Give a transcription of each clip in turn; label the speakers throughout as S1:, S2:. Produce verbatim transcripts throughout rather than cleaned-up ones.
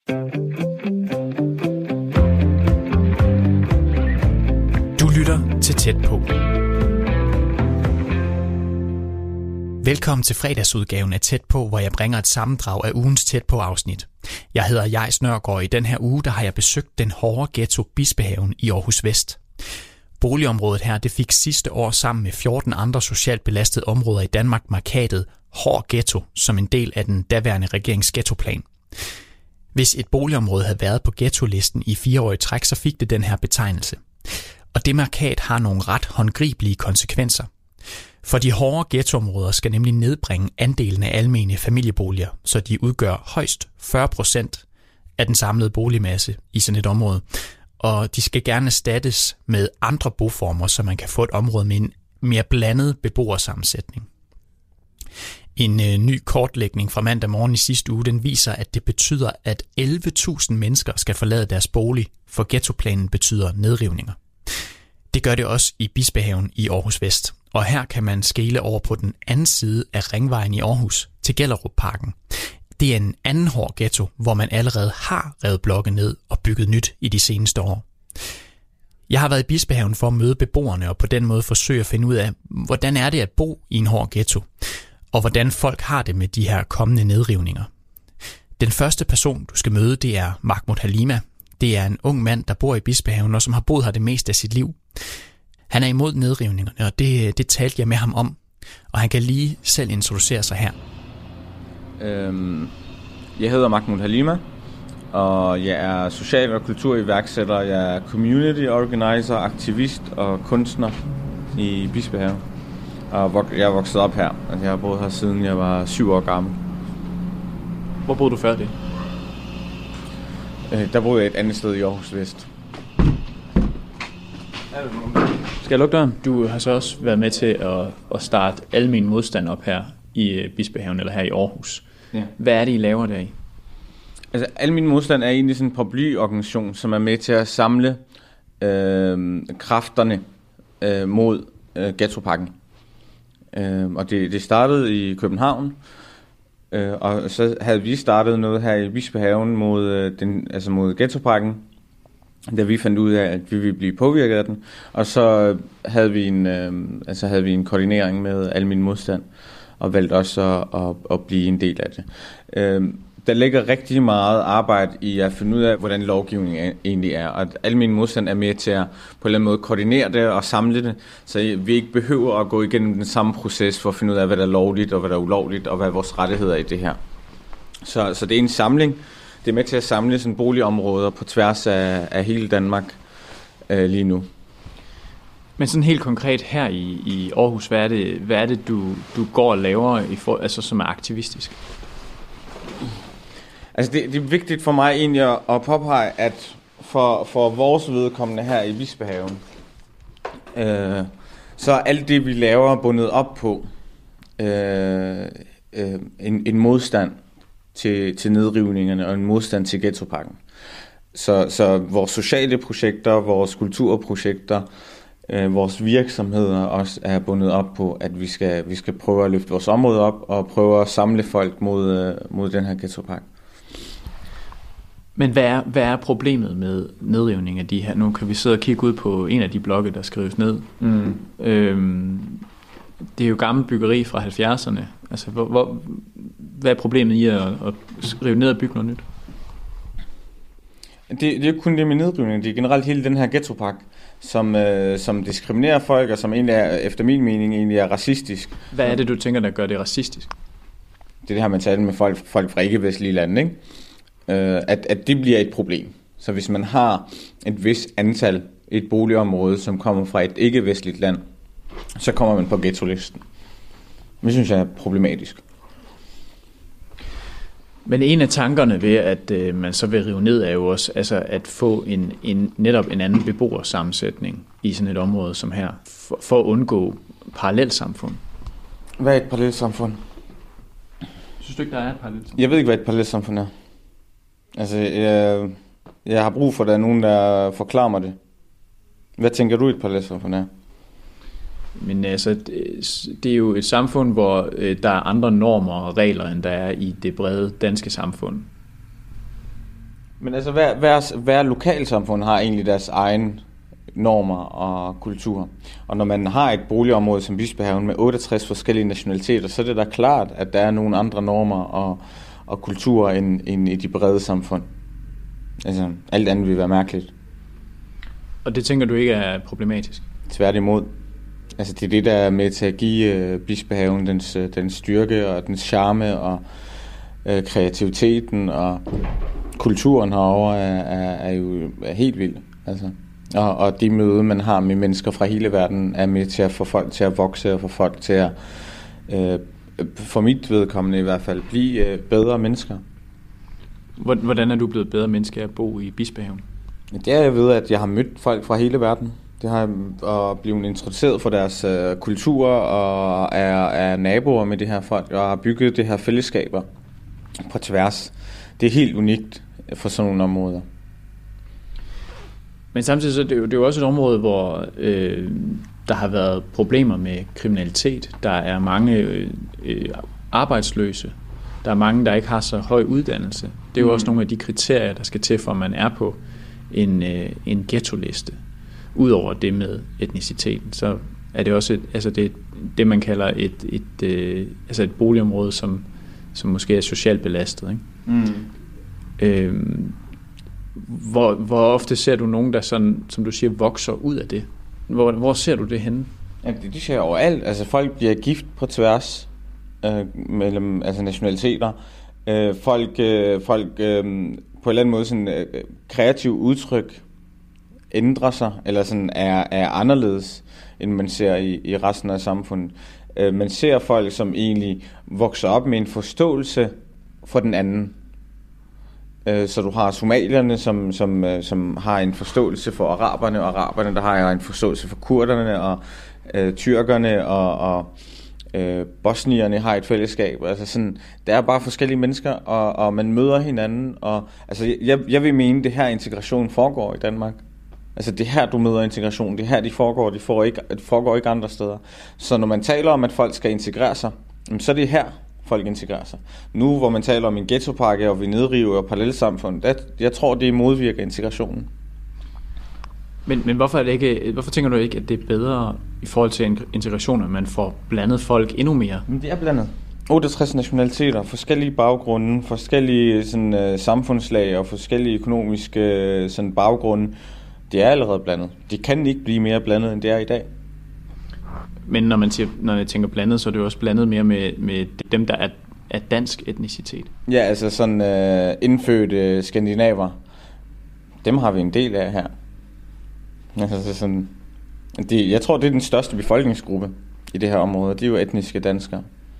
S1: Du lytter til Tæt på. Velkommen til fredagsudgaven af Tæt på, hvor jeg bringer et sammendrag af ugens Tæt på afsnit. Jeg hedder Jais Nørgaard, og i den her uge der har jeg besøgt den hårde ghetto Bispehaven i Aarhus Vest. Boligområdet her det fik sidste år sammen med fjorten andre socialt belastede områder i Danmark markatet hård ghetto som en del af den daværende regerings ghettoplan. Hvis et boligområde havde været på ghettolisten i fire år i træk, så fik det den her betegnelse. Og det markat har nogle ret håndgribelige konsekvenser. For de hårde ghettoområder skal nemlig nedbringe andelen af almene familieboliger, så de udgør højst fyrre procent af den samlede boligmasse i sådan et område. Og de skal gerne erstattes med andre boformer, så man kan få et område med en mere blandet beboersammensætning. En øh, ny kortlægning fra mandag morgen i sidste uge, den viser, at det betyder, at elleve tusind mennesker skal forlade deres bolig, for ghettoplanen betyder nedrivninger. Det gør det også i Bispehaven i Aarhus Vest, og her kan man skele over på den anden side af Ringvejen i Aarhus til Gellerupparken. Det er en anden hård ghetto, hvor man allerede har revet blokke ned og bygget nyt i de seneste år. Jeg har været i Bispehaven for at møde beboerne og på den måde forsøge at finde ud af, hvordan er det at bo i en hård ghetto, og hvordan folk har det med de her kommende nedrivninger. Den første person, du skal møde, det er Mahmoud Halima. Det er en ung mand, der bor i Bispehaven og som har boet her det meste af sit liv. Han er imod nedrivningerne, og det, det talte jeg med ham om, og han kan lige selv introducere sig her.
S2: Øhm, jeg hedder Mahmoud Halima, og jeg er social- og kulturiværksætter. Jeg er community organizer, aktivist og kunstner i Bispehaven. Og jeg er vokset op her, og jeg har boet her siden jeg var syv år gammel.
S3: Hvor boede du før det?
S2: Øh, der boede jeg et andet sted i Aarhus Vest.
S3: Skal jeg lukke døren? Du har så også været med til at, at starte almen modstand op her i Bispehaven, eller her i Aarhus.
S2: Ja.
S3: Hvad er det, I laver der i?
S2: Altså, Almen Modstand er egentlig sådan en paraplyorganisation, som er med til at samle øh, kræfterne øh, mod øh, ghettopakken. Øh, og det, det startede i København, øh, og så havde vi startet noget her i Bispehaven mod, øh, den, altså mod ghettopakken, da vi fandt ud af, at vi ville blive påvirket af den. Og så havde vi en, øh, altså havde vi en koordinering med Almen Modstand, og valgte også at, at, at blive en del af det. Øh, der ligger rigtig meget arbejde i at finde ud af, hvordan lovgivningen egentlig er. Og Almen Modstand er med til at på en eller anden måde koordinere det og samle det, så vi ikke behøver at gå igennem den samme proces for at finde ud af, hvad der er lovligt og hvad der er ulovligt, og hvad er vores rettigheder i det her. Så, så det er en samling. Det er med til at samle sådan boligområder på tværs af, af hele Danmark øh, lige nu.
S3: Men sådan helt konkret her i, i Aarhus, hvad er det, hvad er det du, du går og laver, i for, altså, som er aktivistisk?
S2: Altså det, det er vigtigt for mig egentlig at, at påpege, at for, for vores vedkommende her i Bispehaven, øh, så er alt det, vi laver, bundet op på øh, øh, en, en modstand til, til nedrivningerne og en modstand til ghettopakken. Så, så vores sociale projekter, vores kulturprojekter, øh, vores virksomheder også er bundet op på, at vi skal, vi skal prøve at løfte vores område op og prøve at samle folk mod, øh, mod den her ghettopakke.
S3: Men hvad er, hvad er problemet med nedrivning af de her? Nu kan vi sidde og kigge ud på en af de blokke, der skrives ned. Mm. Øhm, det er jo gammelt byggeri fra halvfjerdserne. Altså, hvor, hvor, hvad er problemet i at, at skrive ned og bygge noget nyt?
S2: Det, det er jo kun det med nedrivning. Det er generelt hele den her ghettopakke, som, øh, som diskriminerer folk, og som egentlig er, efter min mening egentlig er racistisk.
S3: Hvad er det, du tænker, der gør det racistisk?
S2: Det er det her, man taler med folk, folk fra ikke-vestlige lande, ikke? Øh, at, at det bliver et problem. Så hvis man har et vis antal, et boligområde, som kommer fra et ikke-vestligt land, så kommer man på ghetto-listen. Det synes jeg er problematisk.
S3: Men en af tankerne ved, at øh, man så vil rive ned, er jo også altså at få en, en, netop en anden beboersammensætning i sådan et område som her, for, for at undgå parallelsamfund.
S2: Hvad er et parallelsamfund?
S3: Synes du ikke, der er et parallelsamfund?
S2: Jeg ved ikke, hvad et parallelsamfund er. Altså, jeg, jeg har brug for, at der er nogen, der forklarer mig det. Hvad tænker du, et parallelsamfund er?
S3: Men altså, det er jo et samfund, hvor der er andre normer og regler, end der er i det brede danske samfund.
S2: Men altså, hver, hver, hver lokalsamfund har egentlig deres egen normer og kultur. Og når man har et boligområde som Bispehaven med otteogtres forskellige nationaliteter, så er det da klart, at der er nogle andre normer og, og kulturer end, end i de brede samfund. Altså, alt andet vil være mærkeligt.
S3: Og det tænker du ikke er problematisk?
S2: Tværtimod. Altså, det er det, der er med til at give uh, Bispehaven dens, uh, dens styrke og dens charme og uh, kreativiteten og kulturen herovre er, er, er jo er helt vild. Altså. Og, og de møder, man har med mennesker fra hele verden, er med til at få folk til at vokse og få folk til at, uh, for mit vedkommende i hvert fald, blive uh, bedre mennesker.
S3: Hvordan er du blevet bedre menneske at bo i Bispehaven?
S2: Det er jeg ved, at jeg har mødt folk fra hele verden. Det har og blevet introduceret for deres uh, kultur og er, er naboer med de her folk og har bygget det her fællesskaber på tværs. Det er helt unikt for sådan nogle områder.
S3: Men samtidig så er det jo, det er jo også et område, hvor øh, der har været problemer med kriminalitet. Der er mange øh, arbejdsløse. Der er mange, der ikke har så høj uddannelse. Det er jo mm. også nogle af de kriterier, der skal til, for at man er på en, øh, en ghetto-liste. Udover det med etniciteten, så er det også et, altså det, det man kalder et, et, øh, altså et boligområde, som, som måske er socialt belastet. Ikke? Mm. Øhm, hvor, hvor ofte ser du nogen, der sådan, som du siger, vokser ud af det? Hvor, hvor ser du det henne?
S2: Ja, det, det ser overalt. Altså folk bliver gift på tværs øh, mellem altså nationaliteter. Øh, folk øh, folk øh, på en eller anden måde sådan øh, kreativ udtryk ændrer sig, eller sådan er, er anderledes, end man ser i, i resten af samfundet. Øh, man ser folk, som egentlig vokser op med en forståelse for den anden. Øh, så du har somalierne, som, som, øh, som har en forståelse for araberne, og araberne, der har en forståelse for kurderne, og øh, tyrkerne, og, og øh, bosnierne har et fællesskab. Altså sådan, der er bare forskellige mennesker, og, og man møder hinanden. Og, altså, jeg, jeg vil mene, at det her integration foregår i Danmark. Altså det er her, du møder integration. Det er her, de foregår. De foregår ikke, de foregår ikke andre steder. Så når man taler om, at folk skal integrere sig, så er det her, folk integrerer sig. Nu, hvor man taler om en ghettopakke, og vi nedriver parallelsamfund, det, jeg tror, det modvirker integrationen.
S3: Men, men hvorfor, er det ikke, hvorfor tænker du ikke, at det er bedre i forhold til integration, at man får blandet folk endnu mere?
S2: Men det er blandet. otteogtres nationaliteter, forskellige baggrunde, forskellige sådan, uh, samfundslag og forskellige økonomiske uh, sådan, baggrunde. Det er allerede blandet. Det kan ikke blive mere blandet, end det er i dag.
S3: Men når man siger, når jeg tænker blandet, så er det jo også blandet mere med, med dem, der er, er dansk etnicitet.
S2: Ja, altså sådan øh, indfødte skandinaver. Dem har vi en del af her. Altså sådan, det, jeg tror, det er den største befolkningsgruppe i det her område. De er jo etniske danskere.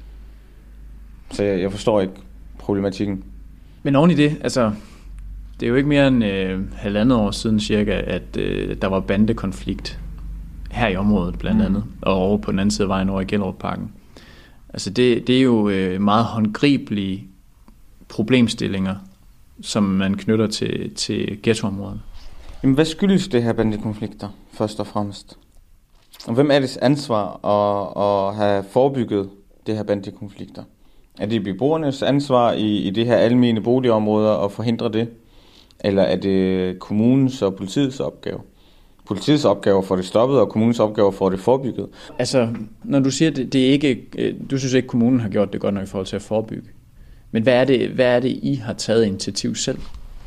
S2: Så jeg, jeg forstår ikke problematikken.
S3: Men oven i det, altså... Det er jo ikke mere end øh, halvandet år siden cirka, at øh, der var bandekonflikt her i området blandt andet, mm. og over på den anden side af vejen over i Gellerupparken. Altså det, det er jo øh, meget håndgribelige problemstillinger, som man knytter til, til ghettoområdet.
S2: Jamen hvad skyldes det her bandekonflikter, først og fremmest? Og hvem er det ansvar at, at have forebygget det her bandekonflikter? Er det beboernes ansvar i, i det her almene boligområder at forhindre det? Eller er det kommunens og politiets opgave? Politiets opgave får det stoppet, og kommunens opgave får det forebygget.
S3: Altså, når du siger, det, det er ikke, du synes ikke, kommunen har gjort det godt nok i forhold til at forebygge. Men hvad er det, hvad er det I har taget initiativ selv?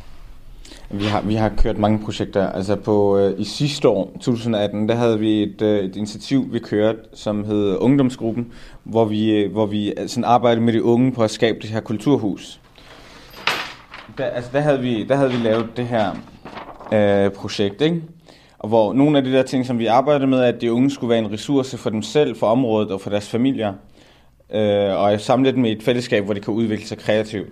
S2: Vi har, vi har kørt mange projekter. Altså på, øh, i sidste år, to tusind atten, der havde vi et, øh, et initiativ, vi kørte, som hed Ungdomsgruppen, hvor vi, øh, hvor vi sådan arbejdede med de unge på at skabe det her kulturhus. Der, altså der havde vi, der havde vi lavet det her øh, projekt, ikke? Og hvor nogle af de der ting, som vi arbejdede med, at de unge skulle være en ressource for dem selv, for området og for deres familier, øh, og samle dem i et fællesskab, hvor de kan udvikle sig kreativt.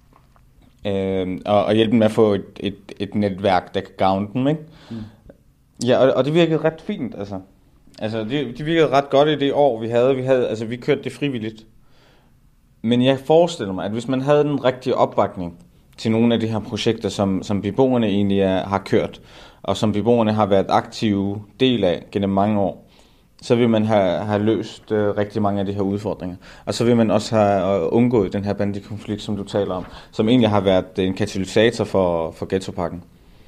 S2: Øh, og, og hjælpe dem med at få et, et, et netværk, der kan gavne dem, ikke? Mm. Ja, og, og det virkede ret fint, altså. Altså, det, det virkede ret godt i det år, vi havde. Vi havde, altså, vi kørte det frivilligt. Men jeg forestiller mig, at hvis man havde den rigtige opbakning til nogle af de her projekter, som, som beboerne egentlig er, har kørt, og som beboerne har været aktive del af gennem mange år, så vil man have, have løst øh, rigtig mange af de her udfordringer. Og så vil man også have øh, undgået den her bandekonflikt, som du taler om, som egentlig har været en katalysator for, for ghettopakken.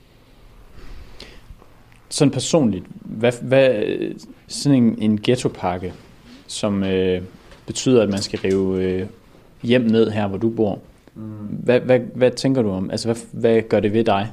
S3: Sådan personligt, hvad, hvad sådan en, en ghettopakke, som øh, betyder, at man skal rive øh, hjem ned her, hvor du bor. Mm. Hvad, hvad, hvad tænker du om? Altså, hvad, hvad gør det ved dig?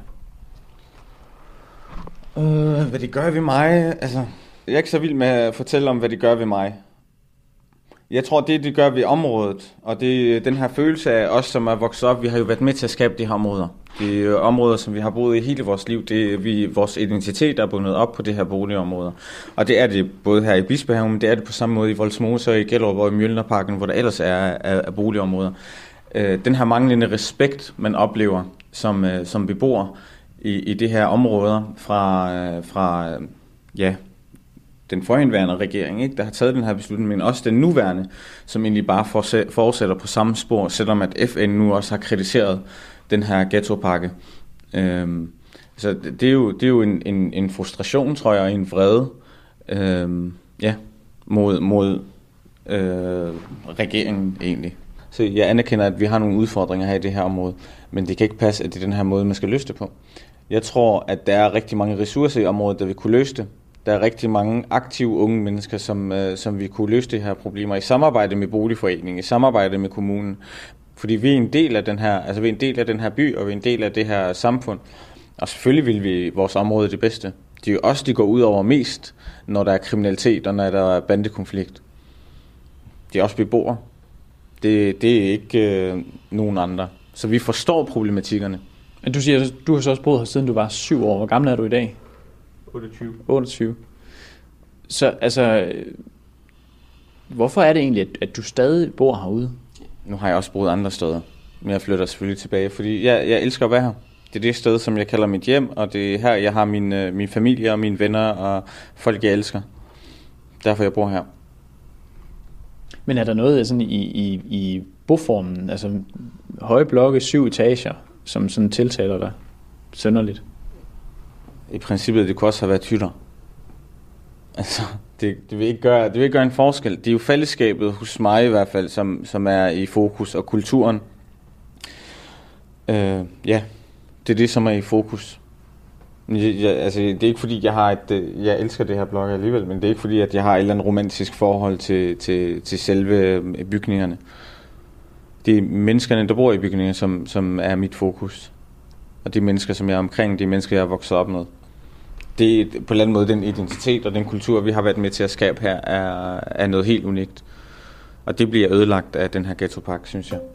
S2: Øh, hvad det gør ved mig? Altså, jeg er ikke så vild med at fortælle om, hvad det gør ved mig. Jeg tror, det det gør ved området, og det den her følelse af os, som er vokset op, vi har jo været med til at skabe de her områder. Det er områder, som vi har boet i hele vores liv. Det er vi, vores identitet er bundet op på det her boligområder. Og det er det både her i Bispehaven, men det er det på samme måde i Vollsmose og i Gellerup og i Mjølnerparken, hvor der ellers er, er, er boligområder. Øh, den her manglende respekt, man oplever som, øh, som beboer i, i det her områder fra, øh, fra øh, ja, den forhenværende regering, ikke, der har taget den her beslutning, men også den nuværende, som egentlig bare fortsætter på samme spor, selvom at F N nu også har kritiseret den her ghettopakke. Øhm, så det er jo, det er jo en, en, en frustration, tror jeg, og en vrede øhm, ja, mod, mod øh, regeringen egentlig. Så jeg anerkender, at vi har nogle udfordringer her i det her område, men det kan ikke passe, at det er den her måde, man skal løse det på. Jeg tror, at der er rigtig mange ressourcer i området, der vil kunne løse det. Der er rigtig mange aktive unge mennesker, som, øh, som vil kunne løse de her problemer i samarbejde med boligforeningen, i samarbejde med kommunen. Fordi vi er en del af den her, altså vi er en del af den her by, og vi er en del af det her samfund. Og selvfølgelig vil vi vores område det bedste. Det er jo også, de går ud over mest, når der er kriminalitet og når der er bandekonflikt. Det er også beboere. Det, det er ikke øh, nogen andre. Så vi forstår problematikkerne.
S3: Men du siger, du har så også boet her siden du var syv år. Hvor gammel er du i dag?
S2: otteogtyve.
S3: otteogtyve. Så altså, hvorfor er det egentlig, at, at du stadig bor herude?
S2: Nu har jeg også boet andre steder, men jeg flytter selvfølgelig tilbage, fordi jeg, jeg elsker at være her. Det er det sted, som jeg kalder mit hjem, og det er her, jeg har min, min familie og mine venner og folk, jeg elsker. Derfor jeg bor her.
S3: Men er der noget sådan i, i, i boformen, altså høje blokke, syv etager, som sådan tiltaler dig synderligt?
S2: I princippet, det kunne også have været hytter. Altså, det, det, vil ikke gøre, det vil ikke gøre en forskel. Det er jo fællesskabet hos mig i hvert fald, som, som er i fokus, og kulturen. Øh, ja, det er det, som er i fokus. Jeg, jeg, altså, det er ikke fordi, jeg har et, jeg elsker det her blog alligevel, men det er ikke fordi, at jeg har et eller andet romantisk forhold til, til, til selve bygningerne. Det er menneskerne, der bor i bygningerne, som, som er mit fokus. Og de mennesker, som jeg er omkring, de mennesker, jeg er vokset op med. Det er på en eller anden måde den identitet og den kultur, vi har været med til at skabe her, er, er noget helt unikt. Og det bliver ødelagt af den her ghettopakke, synes jeg.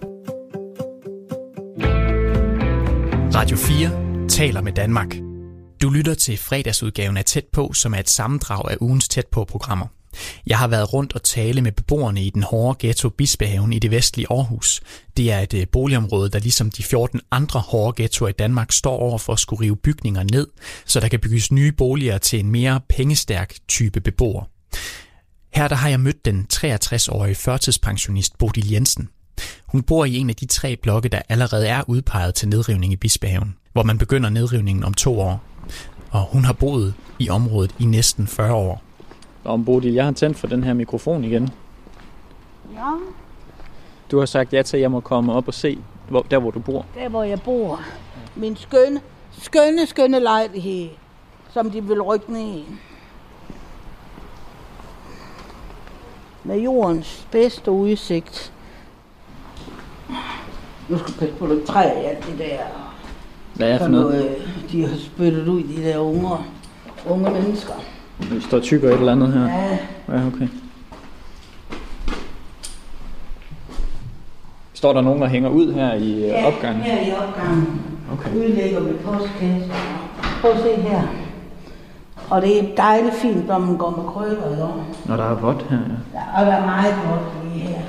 S1: Radio fire taler med Danmark. Du lytter til fredagsudgaven af Tæt på, som er et sammendrag af ugens Tæt på-programmer. Jeg har været rundt og tale med beboerne i den hårde ghetto Bispehaven i det vestlige Aarhus. Det er et boligområde, der ligesom de fjorten andre hårde ghettoer i Danmark står over for at skulle rive bygninger ned, så der kan bygges nye boliger til en mere pengestærk type beboer. Her der har jeg mødt den treogtres-årige førtidspensionist Bodil Jensen. Hun bor i en af de tre blokke, der allerede er udpeget til nedrivning i Bispehaven, hvor man begynder nedrivningen om to år. Og hun har boet i området i næsten fyrre år.
S3: Om Bodil, jeg har tændt for den her mikrofon igen.
S4: Ja.
S3: Du har sagt ja til, at jeg må komme op og se, hvor, der hvor du bor.
S4: Der hvor jeg bor. Min skønne, skønne, skønne lejlighed, som de vil rykke ned i. Med jordens bedste udsigt. Nu skal du passe på, at træ i alt det der.
S3: Hvad er for noget?
S4: noget? De har spyttet ud, de der unger, unge mennesker.
S3: Der står tykker et eller andet her.
S4: Ja.
S3: Ja, okay. Står der nogen, der hænger ud her i
S4: ja,
S3: opgangen?
S4: Ja, her i opgangen.
S3: Okay.
S4: Udlægger med postkasser. Prøv at se her. Og det er dejligt fint, når man går med krykker i år.
S3: Når der er vådt her, ja.
S4: Ja, og der er meget vådt lige her.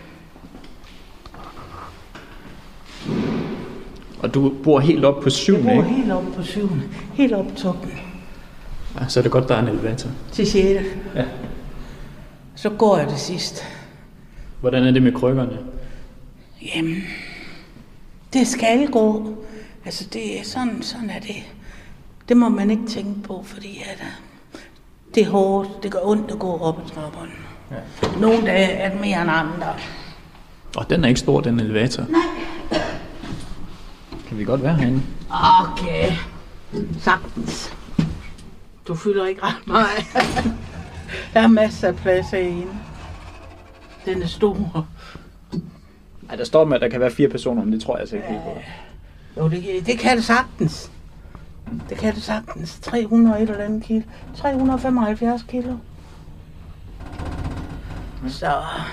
S3: Og du bor helt op på syvende,
S4: Jeg bor
S3: ikke?
S4: helt op på syvende. Helt op på toppen.
S3: Ja, så er det godt, der er en elevator.
S4: Til sjette.
S3: Ja.
S4: Så går jeg det sidst.
S3: Hvordan er det med krykkerne?
S4: Jamen, det skal gå. Altså, det er sådan, sådan er det. Det må man ikke tænke på, fordi at, Det er hårdt. Det gør ondt at gå op ad trapperne. Ja. Nogle dage er det mere end andre.
S3: Og den er ikke stor, den elevator.
S4: Nej.
S3: Kan vi godt være herinde?
S4: Okay. Sagtens. Du fylder ikke ret meget. Der er masser af plads herinde. Den er stor.
S3: Ej, der står med, at der kan være fire personer, men det tror jeg altså ikke.
S4: Ja. Jo, det, det kan det sagtens. Det kan det sagtens. tre hundrede et eller andet kilo. tre hundrede og femoghalvfjerds kilo. Så...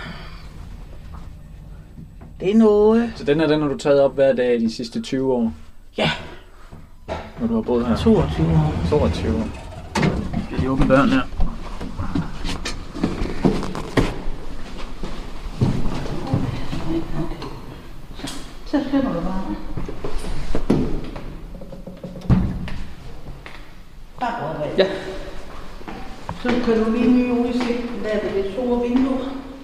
S4: Det er noget.
S3: Så den er den, har du taget op hver dag de sidste tyve år?
S4: Ja.
S3: Når du har boet her?
S4: toogtyve år.
S3: toogtyve år. Skal de åbne døren her?
S4: Så skynder du bare. Bare gå
S3: Ja.
S4: Så kan du lige nye udsigten der ved det store vindue.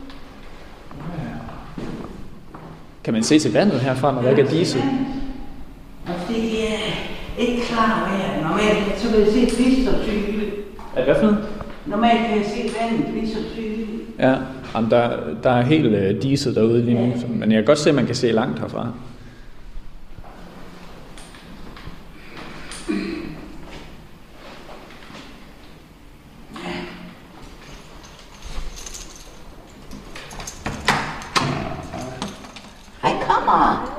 S3: Kan man se til vandet herfra, når der ikke er diesel?
S4: Og det er ikke klart vejr. Normalt så kan jeg se et lige så tydeligt.
S3: Er det hvad for noget?
S4: Normalt kan jeg se vandet lige så tydeligt.
S3: Ja, jamen der, der er helt uh, diesel derude lige nu, ja. Men jeg kan godt se, at man kan se langt herfra.
S4: Hej, kommer!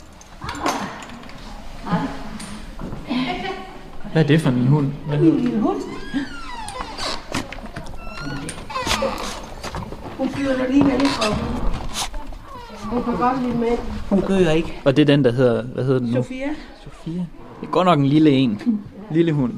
S3: Hvad er det for en hund? Hvad
S4: En lille hund. Hun flyver lige velkommen. Hun kan godt lide med. Hun gør ikke.
S3: Og det er den, der hedder, hvad hedder den nu?
S4: Sofia.
S3: Sofia. Det er godt nok en lille en. Lille hund.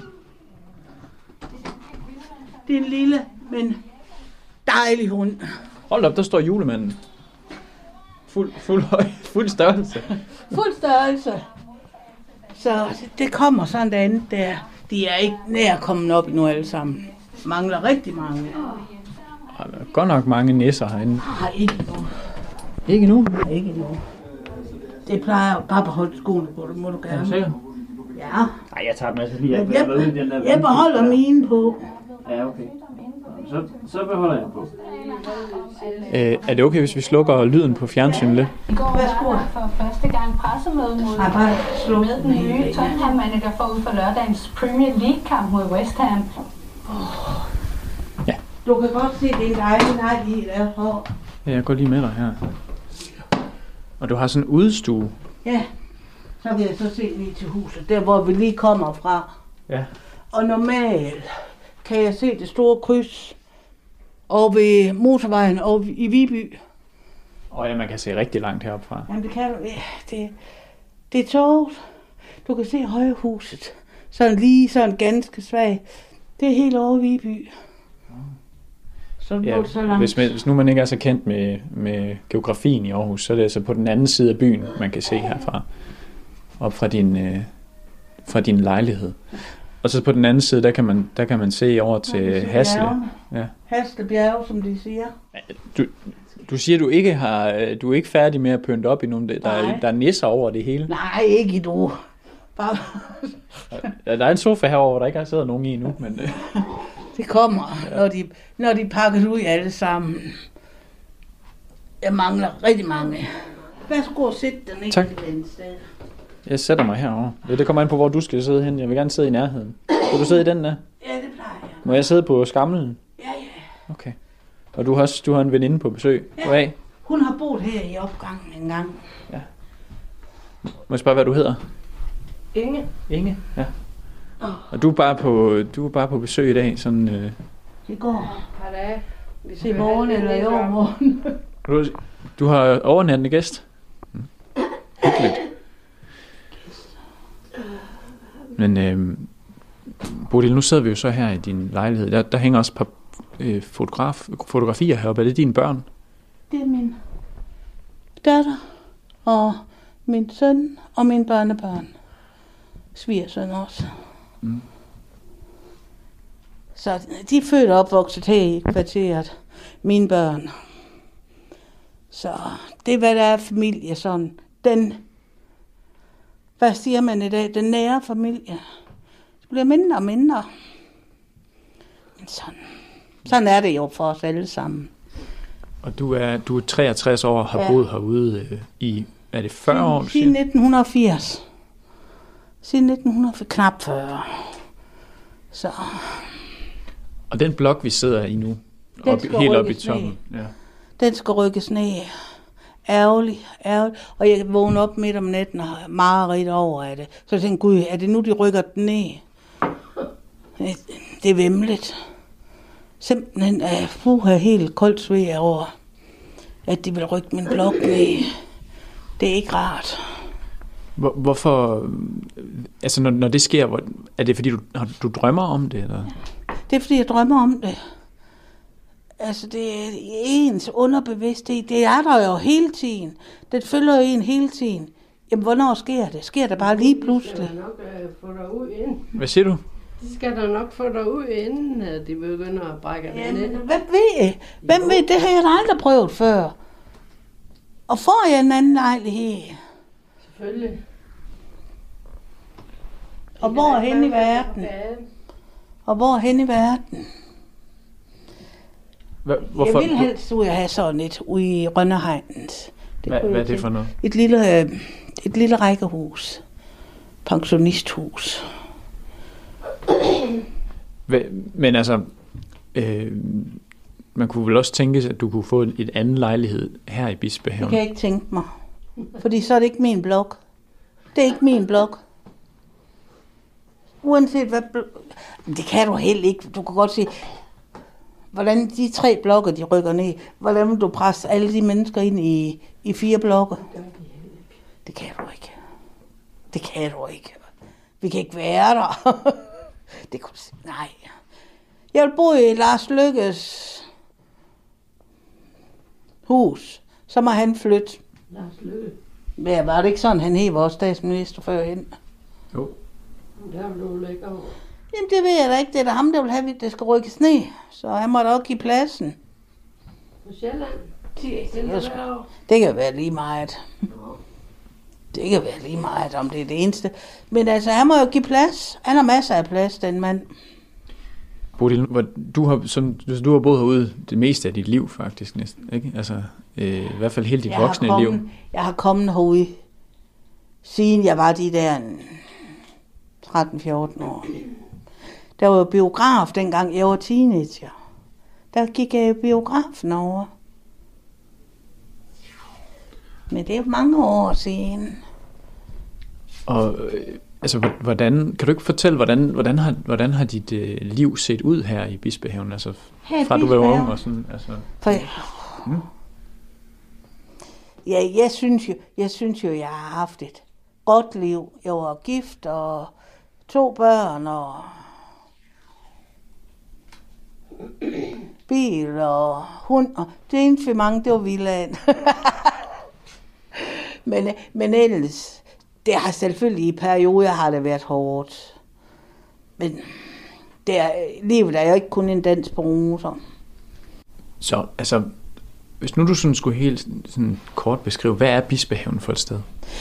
S4: Det er en lille, men dejlig hund.
S3: Hold op, der står julemanden. Fuld, fuld, høj, fuld størrelse.
S4: Fuld størrelse. Så det kommer sådan andet der. De er ikke nær kommet op endnu alle sammen. Mangler rigtig mange.
S3: Der er godt nok mange næsser herinde.
S4: Nej, ikke endnu.
S3: Ikke nu?
S4: Nej, ikke endnu. Det plejer jeg bare beholde skoene på, det må du gerne.
S3: Er du sikker?
S4: Ja.
S3: Nej, jeg tager dem altså lige
S4: Jeg, jeg, jeg beholder mine på.
S3: Ja, okay. Så, så beholder jeg på. Øh, er det okay, hvis vi slukker lyden på fjernsynet lidt?
S5: I går var der for første gang pressemøde mod med den nye Tottenham-manager forud for lørdagens Premier League-kamp mod West Ham.
S3: Ja.
S4: Du kan godt se, det er en dejlig lejlighed derfor.
S3: Ja, jeg går lige med dig her. Og du har sådan en udstue.
S4: Ja, så kan jeg så se lige til huset, der hvor vi lige kommer fra.
S3: Ja.
S4: Og normalt kan jeg se det store kryds over ved motorvejen og i Viby.
S3: Og ja, man kan se rigtig langt heroppe fra.
S4: Jamen det kan du, ja, det, det er tåget. Du kan se højhuset. Sådan lige sådan ganske svag. Det er helt over i Viby. Så
S3: Ja,
S4: det så langt.
S3: hvis, man, hvis nu man ikke er så kendt med, med geografien i Aarhus, så er det altså på den anden side af byen, man kan se herfra. Op fra din, øh, fra din lejlighed. Og så på den anden side, der kan man, der kan man se over til Hasle. Ja.
S4: Hasle bjerge, som de siger.
S3: Du, du siger, du ikke har, du er ikke færdig med at pynte op endnu. Der,
S4: Nej.
S3: der er nisser over det hele.
S4: Nej, ikke endnu. Bare...
S3: Der, der er en sofa herovre, der ikke har siddet nogen i endnu. Men, øh.
S4: Det kommer, ja. når, de, når de pakker ud alle sammen. Jeg mangler rigtig mange. Værsgo og sæt den ikke
S3: Tak.
S4: et andet sted.
S3: Jeg sætter mig herovre. Ja, det kommer an på, hvor du skal sidde hen. Jeg vil gerne sidde i nærheden. Vil du sidde i den der?
S4: Ja, det plejer jeg.
S3: Må jeg sidde på skamlen?
S4: Ja, ja.
S3: Okay. Og du har, også, du har en veninde på besøg.
S4: Ja.
S3: Goddag.
S4: Hun har boet her i opgangen en gang.
S3: Må jeg spørge, hvad du hedder?
S5: Inge.
S3: Inge? Ja. Og du er bare på, du er bare på besøg i dag, sådan... Øh...
S4: Det går.
S5: Hej da.
S4: Til morgen eller i overmorgen.
S3: Du, du har overnattende gæst? Mm. Hyggeligt. Men øh, Bodil, nu sidder vi jo så her i din lejlighed. Der, der hænger også par øh, fotograf, fotografier heroppe. Er det dine børn?
S4: Det er min datter og min søn og min børnebørn. Svigersøn også.
S3: Mm.
S4: Så de er født og opvokset her i kvarteret. Mine børn. Så det er, hvad der er familie sådan. Den, hvad siger man i dag? Den nære familie. Det bliver mindre og mindre. sådan, sådan er det jo for os alle sammen.
S3: Og du er, du er treogtres år og har ja. boet herude øh, i, er det fyrre år?
S4: Siden nitten firs. Siden nitten firs, knap fyrre. Så.
S3: Og den blok, vi sidder i nu, op, helt oppe i toppen. Ja.
S4: Den skal rykkes ned. Ærgerlig, ærgerlig. Og jeg kan vågne op midt om natten og har mareridt over af det. Så jeg tænkte, gud, er det nu, de rykker den ned? Det er vemmeligt. Simpelthen er fuha helt koldt sved over, at de vil rykke min blok ned. Det er ikke rart.
S3: Hvor, hvorfor, altså når, når det sker, hvor, er det fordi du, du drømmer om det? Eller?
S4: Det er fordi jeg drømmer om det. Altså det er ens underbevidsthed, det er der jo hele tiden. Det følger jo en hele tiden. Jamen hvornår sker det? Sker det bare lige pludselig?
S6: Det skal nok uh, få dig ud inden.
S3: Hvad siger du?
S6: Det skal der nok få dig ud inden, at de begynder at brække
S4: ja,
S6: ned.
S4: Hvem ved? Hvem ved? Det har jeg da aldrig prøvet før. Og får jeg en anden lejlighed?
S6: Selvfølgelig.
S4: Og hvor hen i verden? Og hvor hen i verden?
S3: Hva, hvorfor?
S4: Jeg vil helst ud at have sådan et ude i Rønnehegnens.
S3: Hvad, hvad er det for noget?
S4: Et lille, et lille rækkehus. Pensionisthus.
S3: Men altså, øh, man kunne vel også tænke sig, at du kunne få et andet lejlighed her i Bispehaven.
S4: Det kan jeg ikke tænke mig. Fordi så er det ikke min blok. Det er ikke min blok. Uanset hvad... Bl- det kan du heller ikke. Du kan godt se, hvordan de tre blokke, de rykker ned. Hvordan vil du presse alle de mennesker ind i, i fire blokke? Det kan du ikke. Det kan du ikke. Vi kan ikke være der. Det kunne nej. Jeg vil bo i Lars Løkkes hus. Så må han flytte.
S6: Lars Løkke?
S4: Ja, var det ikke sådan, han hed vores statsminister førhen?
S3: Jo.
S6: Der vil du lægge over.
S4: Jamen det ved jeg da ikke. Det er da ham, der vil have, at det skal rykkes ned. Så han må da også give pladsen.
S6: På Sjælland?
S4: Det, det, det kan være lige meget. Det kan være lige meget, om det er det eneste. Men altså, han må jo give plads. Han har masser af plads, den mand.
S3: Bodil, du har, som, du har boet herude det meste af dit liv, faktisk næsten, ikke? Altså, øh, i hvert fald hele dit jeg voksne
S4: kommet,
S3: liv.
S4: Jeg har kommet herude, siden jeg var de der tretten fjorten år. Der var jo biograf, dengang jeg var teenager. Der gik jeg i biografen over. Men det er mange år siden.
S3: Og øh, altså, hvordan, kan du ikke fortælle, hvordan, hvordan, har, hvordan har dit øh, liv set ud her i Bispehaven? Altså,
S4: her
S3: fra du var ung og sådan, altså...
S4: For, hmm? Ja, jeg synes, jo, jeg synes jo, jeg har haft et godt liv. Jeg var gift og to børn og bil og hund. Og det eneste for mange, det var villaen. men, men ellers, det har selvfølgelig i perioder har det været hårdt. Men det er, livet er jo ikke kun en dans på roser.
S3: Så altså, hvis nu du sådan skulle helt sådan kort beskrive, hvad er Bispehaven for et sted?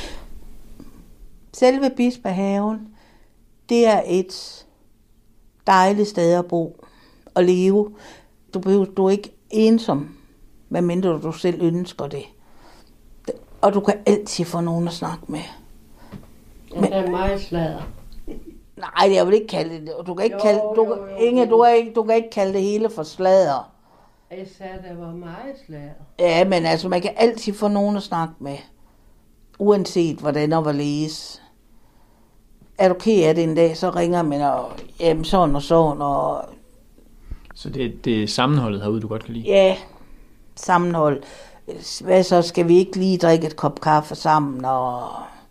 S4: Selve Bispehaven, det er et dejligt sted at bo og leve. Du behøver du er ikke ensom, medmindre du selv ønsker det. Og du kan altid få nogen at snakke med.
S6: Ja, det er meget sladder.
S4: Nej, jeg vil ikke kalde det. Du kan ikke
S6: jo,
S4: kalde, du,
S6: jo, jo,
S4: Inge, du, er ikke, du kan ikke kalde det hele for sladder.
S6: Jeg sagde, at der var meget sladder.
S4: Ja, men altså, man kan altid få nogen at snakke med. Uanset hvordan og hvorledes. Er du ked af det en dag, så ringer man og jamen, sådan og sådan. Og...
S3: Så det, det er sammenholdet herude, du godt kan lide?
S4: Ja, sammenhold. Hvad så, skal vi ikke lige drikke et kop kaffe sammen? Og...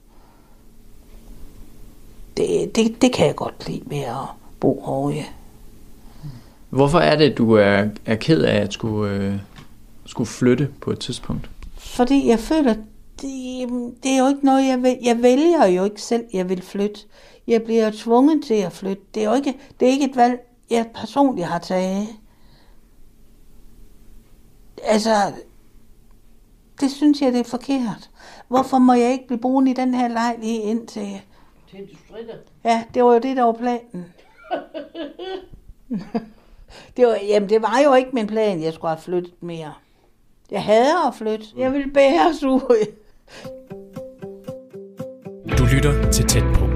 S4: Det, det, det kan jeg godt lide ved at bo herude, ja.
S3: Hvorfor er det, du er, er ked af at skulle, øh, skulle flytte på et tidspunkt?
S4: Fordi jeg føler, det, det er jo ikke noget, jeg, vælger. jeg vælger jo ikke selv, jeg vil flytte. Jeg bliver tvunget til at flytte. Det er jo ikke, det er ikke et valg, jeg personligt har taget. Altså, det synes jeg, det er forkert. Hvorfor må jeg ikke blive boende i den her lejlighed indtil...
S6: Til du stritter?
S4: Ja, det var jo det, der var planen. Det var, jamen, det var jo ikke min plan, jeg skulle have flyttet mere. Jeg hader at flytte. Jeg vil bæres ud.
S1: Du lytter til Tæt på.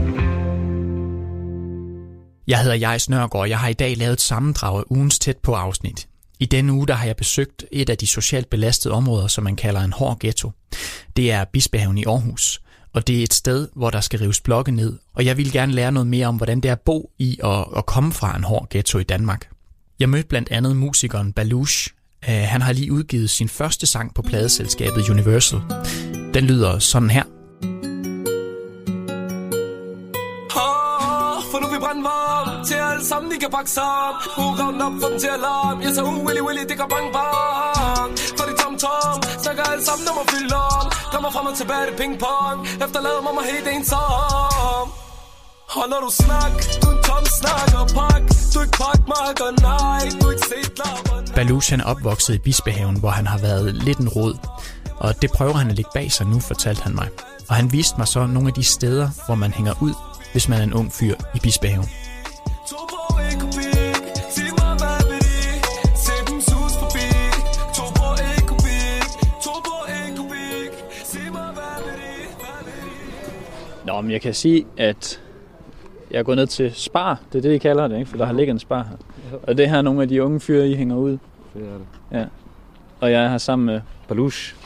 S1: Jeg hedder Jais Nørgaard, og jeg har i dag lavet et sammendrag af ugens Tæt på afsnit. I denne uge der har jeg besøgt et af de socialt belastede områder, som man kalder en hård ghetto. Det er Bispehaven i Aarhus, og det er et sted, hvor der skal rives blokke ned. Og jeg vil gerne lære noget mere om, hvordan det er at bo i og, og komme fra en hård ghetto i Danmark. Jeg mødte blandt andet musikeren Baluch. Uh, han har lige udgivet sin første sang på pladeselskabet Universal. Den lyder sådan her.
S7: For nu vi brænde varm til alle sammen, de kan pakke sammen. Hurravnen op, få den til alarm. Jeg så uh, willy, willy, det kan bang, bang. For de tom-tom, snakker alle sammen om at fylde om. Kommer frem og tilbage, det ping-pong. Efterlader mig mig helt ensom. Og når du snak, du er en tom snakker, pak. Du er ikke pakmarker, nej, du er ikke set lapper.
S1: Baluch han er opvokset i Bispehaven, hvor han har været lidt en rod. Og det prøver han at lægge bag sig nu, fortalte han mig. Og han viste mig så nogle af de steder, hvor man hænger ud, hvis man er en ung fyr i Bispehaven.
S3: Nå, men jeg kan sige, at jeg er gået ned til Spar. Det er det, de kalder det, ikke? For der har ligget en Spar her. Og det her er nogle af de unge fyre, I hænger ud.
S8: Det er det.
S3: Ja. Og jeg er her sammen med
S8: Baluch.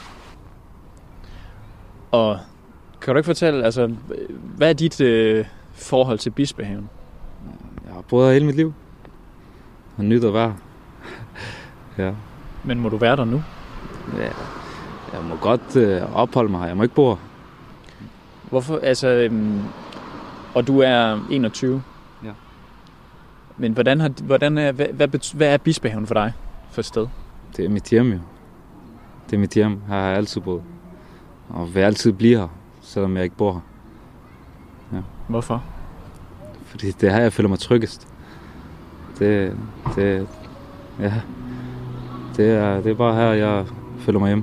S3: Og kan du ikke fortælle, altså, hvad er dit øh, forhold til Bispehaven?
S8: Jeg har boet her hele mit liv. Og nyt at være. Ja.
S3: Men må du være der nu?
S8: Ja. Jeg må godt øh, opholde mig her. Jeg må ikke bo her.
S3: Hvorfor? Altså, øhm, og du er enogtyve?
S8: Ja.
S3: Men hvordan har, hvordan er, hvad, hvad, hvad er Bispehaven for dig for et sted?
S8: Det er mit hjem jo. Det er mit hjem. Her har jeg altid boet. Og vil altid blive her, selvom jeg ikke bor her. Ja.
S3: Hvorfor?
S8: Fordi det er her, jeg føler mig tryggest. Det, det, ja. Det er, det er bare her, jeg føler mig hjemme.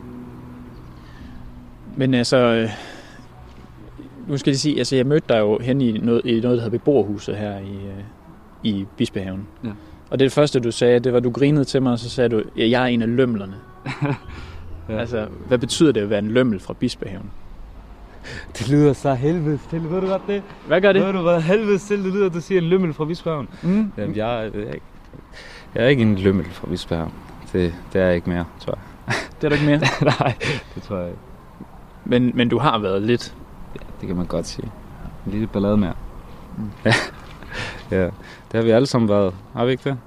S3: Men altså, øh, nu skal jeg sige, altså jeg mødte dig jo hen i noget, i noget der hedder beboerhuset her i, øh, i Bispehaven.
S8: Ja.
S3: Og det første, du sagde, det var, du grinede til mig, og så sagde du, ja, jeg er en af lømlerne.
S8: Ja.
S3: Altså, hvad betyder det at være en lømmel fra Bispehaven?
S8: Det lyder så helvedes til, ved du godt det?
S3: Hvad gør det?
S8: Ved du hvad helvedes til, det lyder, at du siger en lømmel fra Bispehaven?
S3: Mm.
S8: Jamen, jeg, jeg, er ikke, jeg er ikke en lømmel fra Bispehaven. Det, det er jeg ikke mere, tror jeg.
S3: Det er du ikke mere?
S8: Nej, det tror jeg ikke.
S3: Men, men du har været lidt?
S8: Ja, det kan man godt sige. En lille ballade mere. Mm. Ja. Ja, det har vi alle sammen været. Har vi ikke det?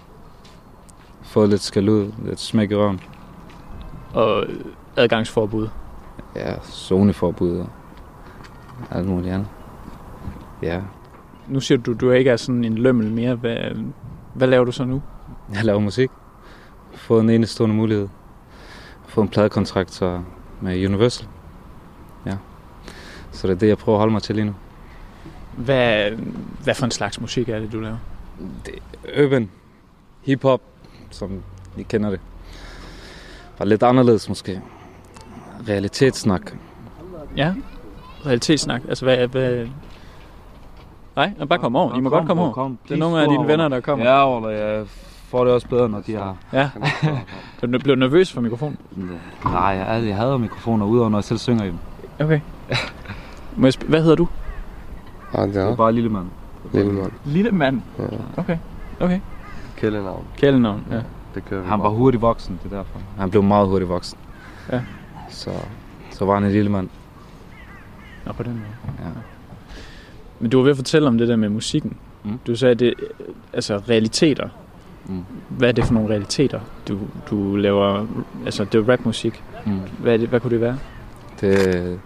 S8: Fået lidt skal ud, lidt smæk i røven.
S3: Og adgangsforbud?
S8: Ja, zoneforbud og alt muligt andet. Ja.
S3: Nu siger du, du ikke er sådan en lømmel mere. Hvad, hvad laver du så nu?
S8: Jeg laver musik. Fået en enestående mulighed. Fået en pladekontrakt så med Universal. Ja. Så det er det, jeg prøver at holde mig til lige nu.
S3: Hvad, hvad for en slags musik er det, du laver?
S8: Det er urban. Hip-hop, som I kender det. Bare lidt anderledes måske. Realitetssnak.
S3: Ja, realitetssnak. Altså hvad... hvad... Nej, bare kom over. I må kom, godt komme over. Kom. Det er nogle af dine venner, der kommer.
S8: Ja, og jeg får det også bedre, når de har...
S3: Ja. Du blev nervøs for mikrofonen?
S8: Nej, jeg, jeg hader mikrofoner udover, når jeg selv synger i dem.
S3: Okay. Må jeg sp- hvad hedder du?
S9: Ja, det er.
S8: Det er bare lille mand.
S9: Lille mand.
S3: Lille mand?
S9: Ja.
S3: Okay. Okay.
S9: Kældenavn.
S3: Kældenavn, ja.
S9: Det kører vi
S8: Han var hurtigt voksen, det er derfor. Han blev meget hurtigt voksen.
S3: Ja.
S8: Så, så var han en lille mand.
S3: Nå, på den måde.
S8: Ja.
S3: Men du var ved at fortælle om det der med musikken. Mm. Du sagde, det altså realiteter. Mm. Hvad er det for nogle realiteter, du, du laver? Altså, det er rapmusik. Mm. Hvad, er det, hvad kunne det være?
S8: Det,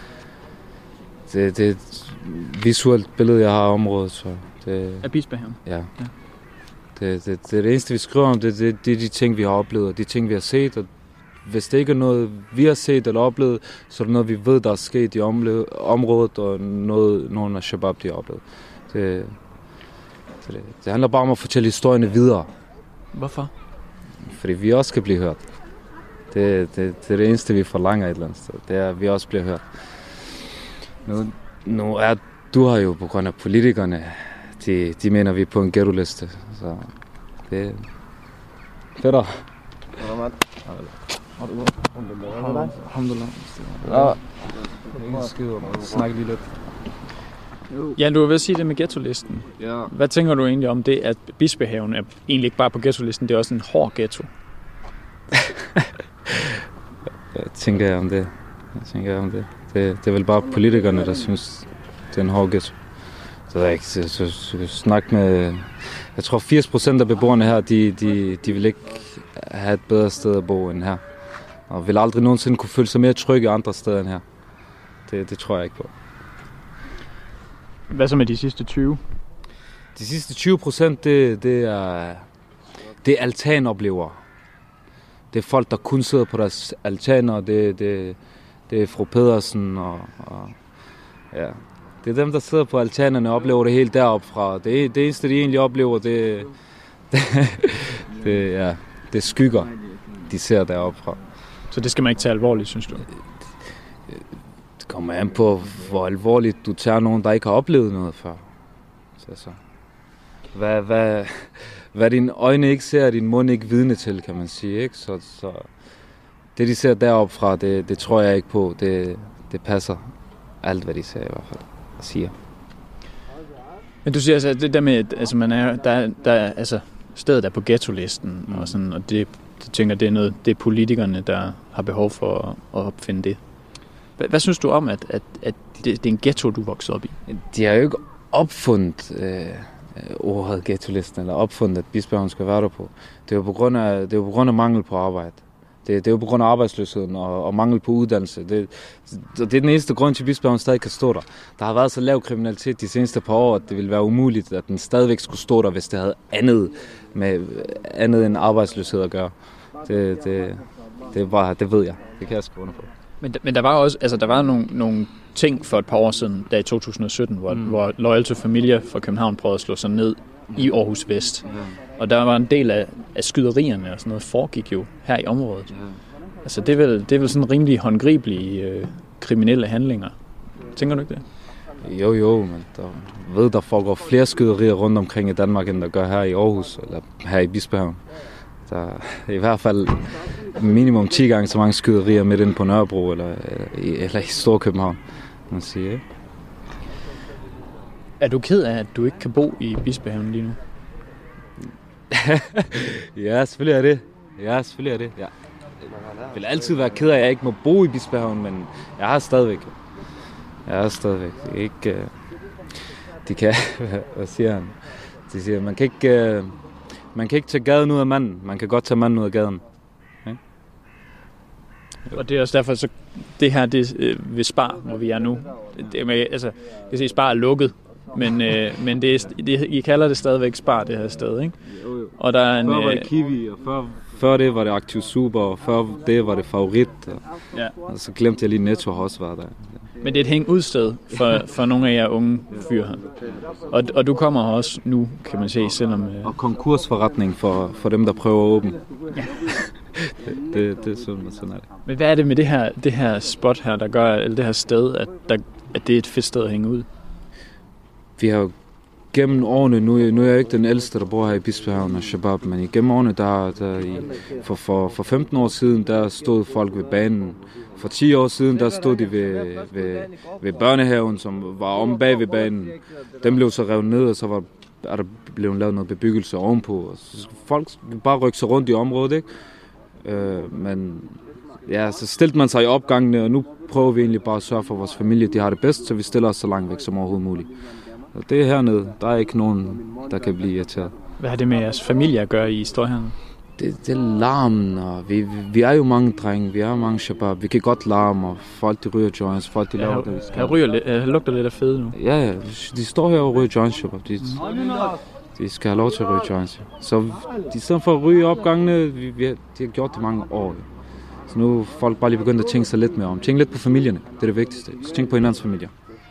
S8: det, det er et visuelt billede, jeg har af området. Så det,
S3: af Bispehaven?
S8: Ja.
S3: ja.
S8: Det, det, det er det eneste, vi skriver om. Det, det, det er de ting, vi har oplevet, de ting, vi har set. Og hvis det ikke er noget, vi har set eller oplevet, så er det noget, vi ved, der er sket i området, og noget, nogen af Shabab, de har oplevet. Det, det, det handler bare om at fortælle historierne videre.
S3: Hvorfor?
S8: Fordi vi også skal blive hørt. Det, det, det er det eneste, vi forlanger et eller andet sted. Det er, at vi også bliver hørt. Nu, nu er du har jo på grund af politikerne, de, de mener, vi er på en ghetto-liste. Så Det er fedtere. Alhamdulillah. Ja. Snakke lige lidt.
S3: Ja, du vil ved at sige det med ghetto-listen.
S8: Ja.
S3: Hvad tænker du egentlig om det, at Bispehaven er egentlig ikke bare på ghetto-listen, det er også en hård ghetto?
S8: Hvad tænker jeg om det? Hvad tænker jeg om det? Det, det er vel bare politikerne, der synes, det er en hård ghetto. Så der er ikke så, så, så snak med... Jeg tror firs procent af beboerne her, de, de, de vil ikke have et bedre sted at bo end her. Og vil aldrig nogensinde kunne føle sig mere trygge andre steder end her. Det, det tror jeg ikke på.
S3: Hvad så med de sidste tyve?
S8: De sidste tyve procent, det, det er, det er altanoplevere. Det er folk, der kun sidder på deres altaner. Det, det, det er fru Pedersen og, og ja. Det er dem, der sidder på altanerne og oplever det helt deroppe fra. Det, det eneste, de egentlig oplever, det, det, det, ja, det er skygger, de ser deroppe fra.
S3: Så det skal man ikke tage alvorligt, synes du?
S8: Det kommer an på, hvor alvorligt du tager nogen, der ikke har oplevet noget før. Så, så. Hvad, hvad, hvad dine øjne ikke ser, er din mund ikke vidne til, kan man sige. Ikke? Så, så det, de ser deroppe fra, det, det tror jeg ikke på. Det, det passer alt, hvad de ser i hvert fald og siger.
S3: Men du siger altså, det der med, at altså, man er, der, der, altså, stedet er på ghetto-listen, mm. og, sådan, og det, jeg tænker, det er noget, det er politikerne, der har behov for at, at opfinde det. Hvad, hvad synes du om, at, at, at det, det er en ghetto, du voksede op i?
S8: De har jo ikke opfundet øh, ordet ghetto-listen, eller opfundet, at Bispehaven skal være der på. Det er jo på grund af, det er jo på grund af mangel på arbejde. Det, det er jo på grund af arbejdsløsheden og, og mangel på uddannelse. Det, det er den eneste grund til, at Bispehaven stadig kan stå der. Der har været så lav kriminalitet de seneste par år, at det ville være umuligt, at den stadigvæk skulle stå der, hvis det havde andet, med, andet end arbejdsløshed at gøre. Det, det, det, er bare, det ved jeg. Det kan jeg skrive under på.
S3: Men, men der var også, altså der var nogle, nogle ting for et par år siden, der i to tusind og sytten, hvor, mm. hvor Loyal to Familia fra København prøvede at slå sig ned i Aarhus Vest. Mm. Og der var en del af, af skyderierne og sådan noget foregik jo her i området. Mm. Altså det er vel, det er vel sådan rimelig håndgribelige øh, kriminelle handlinger. Tænker du ikke det?
S8: Jo, jo, men der ved, der foregår flere skyderier rundt omkring i Danmark, end der gør her i Aarhus eller her i Bispehaven. Der er i hvert fald minimum ti gange så mange skyderier midt inde på Nørrebro eller, eller i Storkøbenhavn, man siger. Ikke?
S3: Er du ked af, at du ikke kan bo i Bispehaven lige nu?
S8: Ja, selvfølgelig er det. Ja, selvfølgelig er det. Ja. Jeg vil altid være ked af, at jeg ikke må bo i Bispehaven, men jeg har stadigvæk. Jeg har stadigvæk. Ikke, uh... de kan, hvad siger han? De siger, man kan ikke, uh... man kan ikke tage gaden ud af manden. Man kan godt tage manden ud af gaden. Okay?
S3: Og det er også derfor, så det her det, øh, ved Spar, hvor vi er nu, det, det, altså, jeg kan sige, Spar er lukket, men, øh, men det, det, I kalder det stadigvæk Spar, det her sted, ikke?
S8: Jo, jo.
S3: Og der er en,
S8: før var det Kiwi, og før, før det var det Aktiv Super, og før det var det Favorit, og,
S3: ja.
S8: Og så glemte jeg lige Netto har også været der.
S3: Men det er et hængudsted for, for nogle af jer unge fyre her. Og, og du kommer også nu, kan man sige, selvom... Øh...
S8: Og konkursforretning for, for dem, der prøver at åbne. Ja. det, det, det er sådan, sådan er det.
S3: Men hvad er det med det her, det her spot her, der gør, eller det her sted, at, der, at det er et fedt sted at hænge ud?
S8: Vi har jo gennem årene, nu, nu er jeg ikke den ældste, der bor her i Bispehaven og Shabab, men gennem årene, der, der i, for, for, for femten år siden, der stod folk ved banen. For ti år siden, der stod de ved, ved, ved børnehaven, som var om bag ved banen. Den blev så revet ned, og så var, er der blevet lavet noget bebyggelse ovenpå. Så folk bare rykke sig rundt i området, ikke? Øh, men ja, så stillede man sig i opgangene, og nu prøver vi egentlig bare at sørge for, at vores familie de har det bedst, så vi stiller os så langt væk som overhovedet muligt. Og det er hernede. Der er ikke nogen, der kan blive irriteret.
S3: Hvad har det med jeres familie at gøre, I står hernede?
S8: Det, det er larmen, og vi, vi er jo mange drenge, vi er mange Shabab, vi kan godt larme, og folk de ryger joints, folk de
S3: ja,
S8: laver det, vi skal.
S3: Jeg ryger lidt, jeg lugter lidt af fede nu.
S8: Ja, ja, de står her og ryger joints, Shabab, de, de skal have lov til at ryge joints. Så de stedet for at ryge opgangene, vi, vi, de har gjort det mange år. Så nu er folk bare lige begyndt at tænke sig lidt mere om. Tænk lidt på familierne, det er det vigtigste. Så tænk på hinandens familier.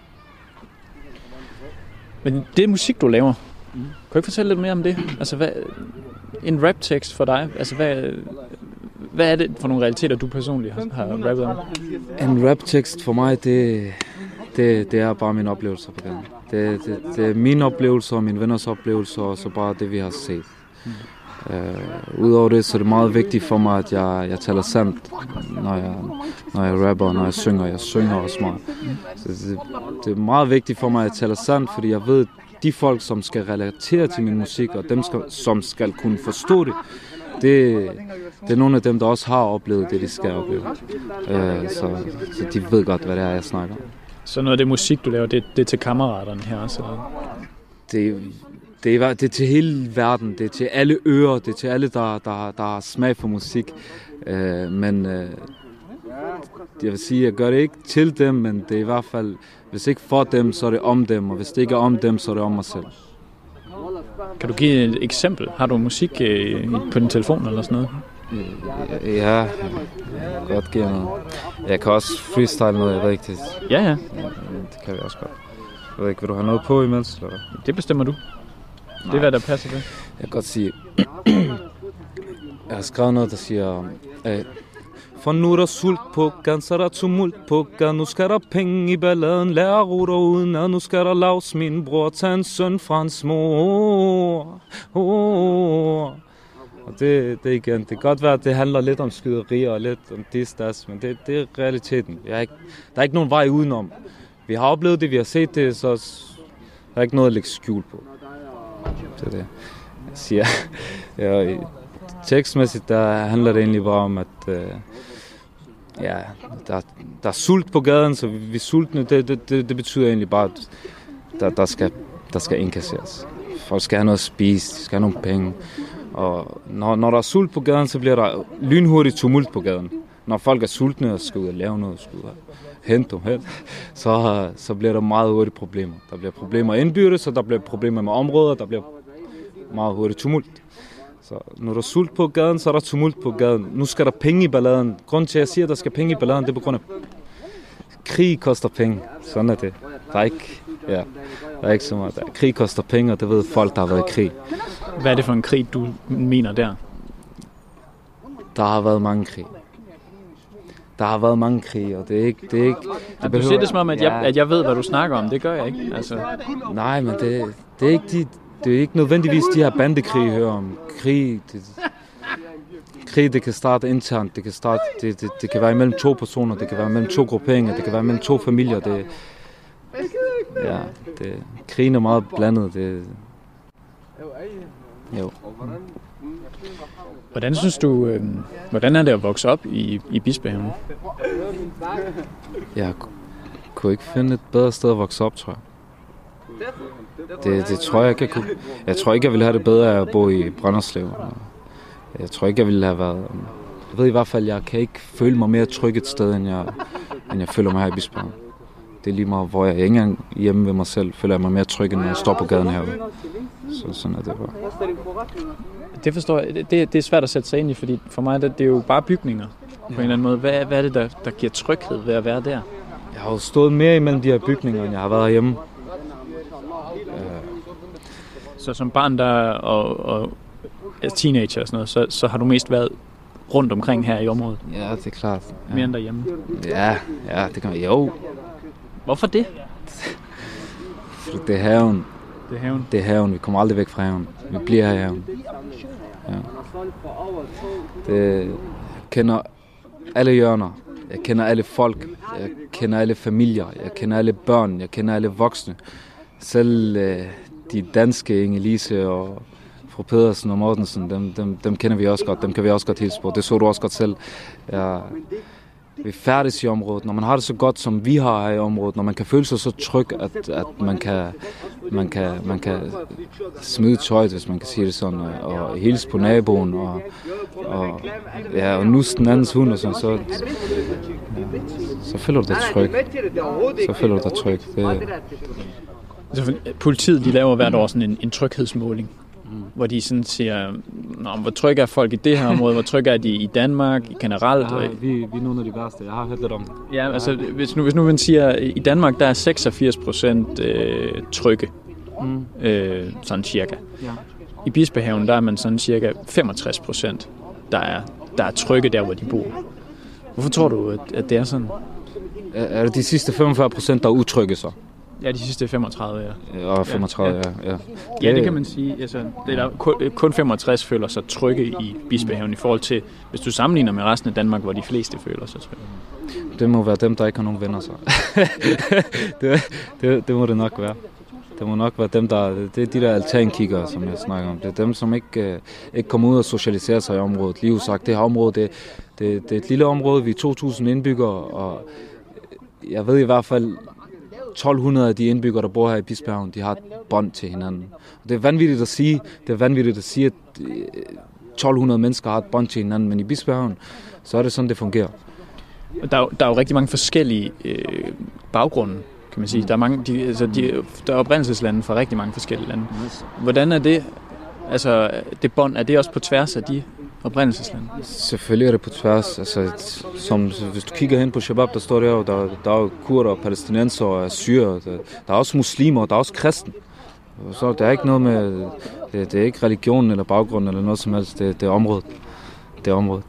S3: Men det er musik, du laver. Mm. Kan du ikke fortælle lidt mere om det? Altså, hvad, en rap-tekst for dig, altså hvad, hvad er det for nogle realiteter, du personligt har, har rappet om?
S8: En rap-tekst for mig, det, det, det er bare mine oplevelser på gaden. Det, det, det er mine oplevelser og mine venners oplevelser, og så bare det, vi har set. Mm. Uh, Udover det, så er det meget vigtigt for mig, at jeg, jeg taler sandt, når jeg, når jeg rapper, når jeg synger. Jeg synger også meget. Så det, det er meget vigtigt for mig, at jeg taler sandt, fordi jeg ved, de folk, som skal relatere til min musik, og dem, skal, som skal kunne forstå det, det, det er nogle af dem, der også har oplevet det, de skal opleve. Uh, så, så de ved godt, hvad det er, jeg snakker om.
S3: Så noget af det musik, du laver, det, det er til kammeraterne her også?
S8: Det, det, er, det er til hele verden, det er til alle ører, det er til alle, der, der, der har smag for musik. Uh, men uh, jeg vil sige, jeg gør det ikke til dem, men det er i hvert fald, hvis ikke for dem, så er det om dem, og hvis det ikke er om dem, så er det om mig selv.
S3: Kan du give et eksempel? Har du musik øh, på din telefon eller sådan noget?
S8: Ja, jeg kan godt give noget. Jeg kan også freestyle noget, jeg ved ikke det.
S3: Ja, ja.
S8: Det kan vi også godt. Jeg ved ikke, vil du have noget på imens? Eller?
S3: Det bestemmer du. Det er, hvad der passer til.
S8: Jeg kan godt sige, jeg har skrevet noget, der siger, øh, for nu er der sult på gaden, så er der tumult på gaden. Nu skal der penge i balladen, lærer ruter uden ad. Nu skal der lavs min bror, tage en søn fra hans mor. Oh. Og det, det igen, det kan godt være, at det handler lidt om skyderier og lidt om distas, men det, det er realiteten. Jeg er ikke, der er ikke nogen vej udenom. Vi har oplevet det, vi har set det, så der er ikke noget at lægge skjul på. Det er det, jeg siger. Ja, tekstmæssigt, der handler det egentlig bare om, at øh, ja, der, der er sult på gaden, så vi er sultne. Det, det, det, det betyder egentlig bare, at der, der, skal, der skal indkasseres. Folk skal have noget at spise, de skal have nogle penge. Og når, når der er sult på gaden, så bliver der lynhurtigt tumult på gaden. Når folk er sultne og skal ud og lave noget, skal ud og hente noget, så, så bliver der meget hurtigt problemer. Der bliver problemer indbyrdes, så der bliver problemer med områder, der bliver meget hurtigt tumult. Så når der er sult på gaden, så er der tumult på gaden. Nu skal der penge i balladen. Grunden til, at jeg siger, at der skal penge i balladen, det er på grund af krig koster penge. Sådan er det. Der er ikke, ja, der er ikke så meget. Der. Krig koster penge, og det ved folk, der har været i krig.
S3: Hvad er det for en krig, du mener der?
S8: Der har været mange krig. Der har været mange krige, og det er ikke... Det er ikke
S3: det behøver... Du siger det som om, at jeg, ja. at jeg ved, hvad du snakker om. Det gør jeg ikke. Altså...
S8: Nej, men det, det, er ikke de, det er ikke nødvendigvis de her bandekrig, jeg hører om. Krig, det, krig, det kan starte internt. Det kan, starte, det, det, det kan være imellem to personer. Det kan være mellem to grupperinger. Det kan være mellem to familier. Det, ja, det, krigen er meget blandet. Det, jo.
S3: Hvordan synes du, øh, hvordan er det at vokse op i, i Bispehaven?
S8: Jeg kunne ikke finde et bedre sted at vokse op, tror jeg. Det, det tror jeg ikke, jeg kunne. Jeg tror ikke, jeg ville have det bedre af at bo i Brønderslev. Jeg tror ikke, jeg ville have været... Jeg ved i hvert fald, jeg kan ikke føle mig mere tryg et sted, end jeg, end jeg føler mig her i Bispehaven. Det er lige meget, hvor jeg ikke engang hjemme ved mig selv, føler jeg mig mere tryg, end når jeg står på gaden herude. Så sådan er det bare.
S3: Det forstår jeg. Det, det er svært at sætte sig ind i, fordi for mig det, det er jo bare bygninger på en eller anden måde. Hvad, hvad er det, der, der giver tryghed ved at være der?
S8: Jeg har jo stået mere imellem de her bygninger, end jeg har været hjemme.
S3: Så som barn der og, og teenager og sådan noget, så, så har du mest været rundt omkring her i området?
S8: Ja, det er klart. Ja.
S3: Mere end derhjemme?
S8: Ja, ja, det kan man. Jo.
S3: Hvorfor det?
S8: Det er haven.
S3: Det er haven?
S8: Det er haven. Vi kommer aldrig væk fra haven. Vi bliver her i haven. Ja. Det, jeg kender alle hjørner. Jeg kender alle folk. Jeg kender alle familier. Jeg kender alle børn. Jeg kender alle voksne. Selv øh, de danske Inge-Lise og fru Pedersen og Mortensen, dem, dem, dem kender vi også godt. Dem kan vi også godt hilse på. Det så du også godt selv. Ja. Vi færdes i området, når man har det så godt, som vi har her i området, når man kan føle sig så tryg, at, at man, kan, man, kan, man kan smide tøjet, hvis man kan sige det sådan, og hilse på naboen, og, og, ja, og nusse den andens hund, og sådan, så, ja, så føler du dig tryg. Så føler du dig tryg. Det...
S3: Så politiet, de laver hvert år sådan en, en tryghedsmåling, mm. hvor de sådan siger, nå, hvor tryg er folk i det her område, hvor tryg er de i Danmark, i generelt?
S8: Ja, vi, vi er nogle af de værste. Jeg har hørt lidt om det.
S3: Ja, altså, hvis nu, hvis nu man siger, i Danmark, der er seksogfirs procent øh, trygge, mm. øh, sådan cirka. Ja. I Bispehaven, der er man sådan cirka femogtres procent, der er, der er trygge der, hvor de bor. Hvorfor tror du, at, at det er sådan?
S8: Er det de sidste femogfyrre procent, der er utrygge så?
S3: Ja, de sidste femogtredive, ja.
S8: Og femogtredive, ja. Ja, ja.
S3: ja det kan man sige. Altså, det er der, kun, kun femogtres føler sig trygge i Bispehaven i forhold til, hvis du sammenligner med resten af Danmark, hvor de fleste føler sig trygge.
S8: Det må være dem, der ikke har nogen venner, så. det, det, det må det nok være. Det må nok være dem, der... Det er de der altankiggere, som jeg snakker om. Det er dem, som ikke, ikke kommer ud og socialiserer sig i området. Lige sagt, det her område, det, det, det er et lille område. Vi er to tusind indbyggere, og jeg ved i hvert fald, tolv hundrede af de indbyggere, der bor her i Bispehaven, de har et bånd til hinanden. Og det er vanvittigt at sige, det er vanvittigt at sige, at tolv hundrede mennesker har et bånd til hinanden, men i Bispehaven, så er det sådan, det fungerer.
S3: Der er, der er jo rigtig mange forskellige øh, baggrunde, kan man sige. Der er, mange, de, altså de, der er oprindelseslande fra rigtig mange forskellige lande. Hvordan er det, altså det bånd, er det også på tværs af de oprindelseslande?
S8: Selvfølgelig er det på tværs. Altså, som, hvis du kigger hen på Shabab, der står der jo, der, der er jo kurder, palæstinenser og syrer. Der, der er også muslimer, der er også kristen. Så der er ikke noget med, det, det er ikke religion eller baggrund eller noget som helst. Det, det er området. Det er området.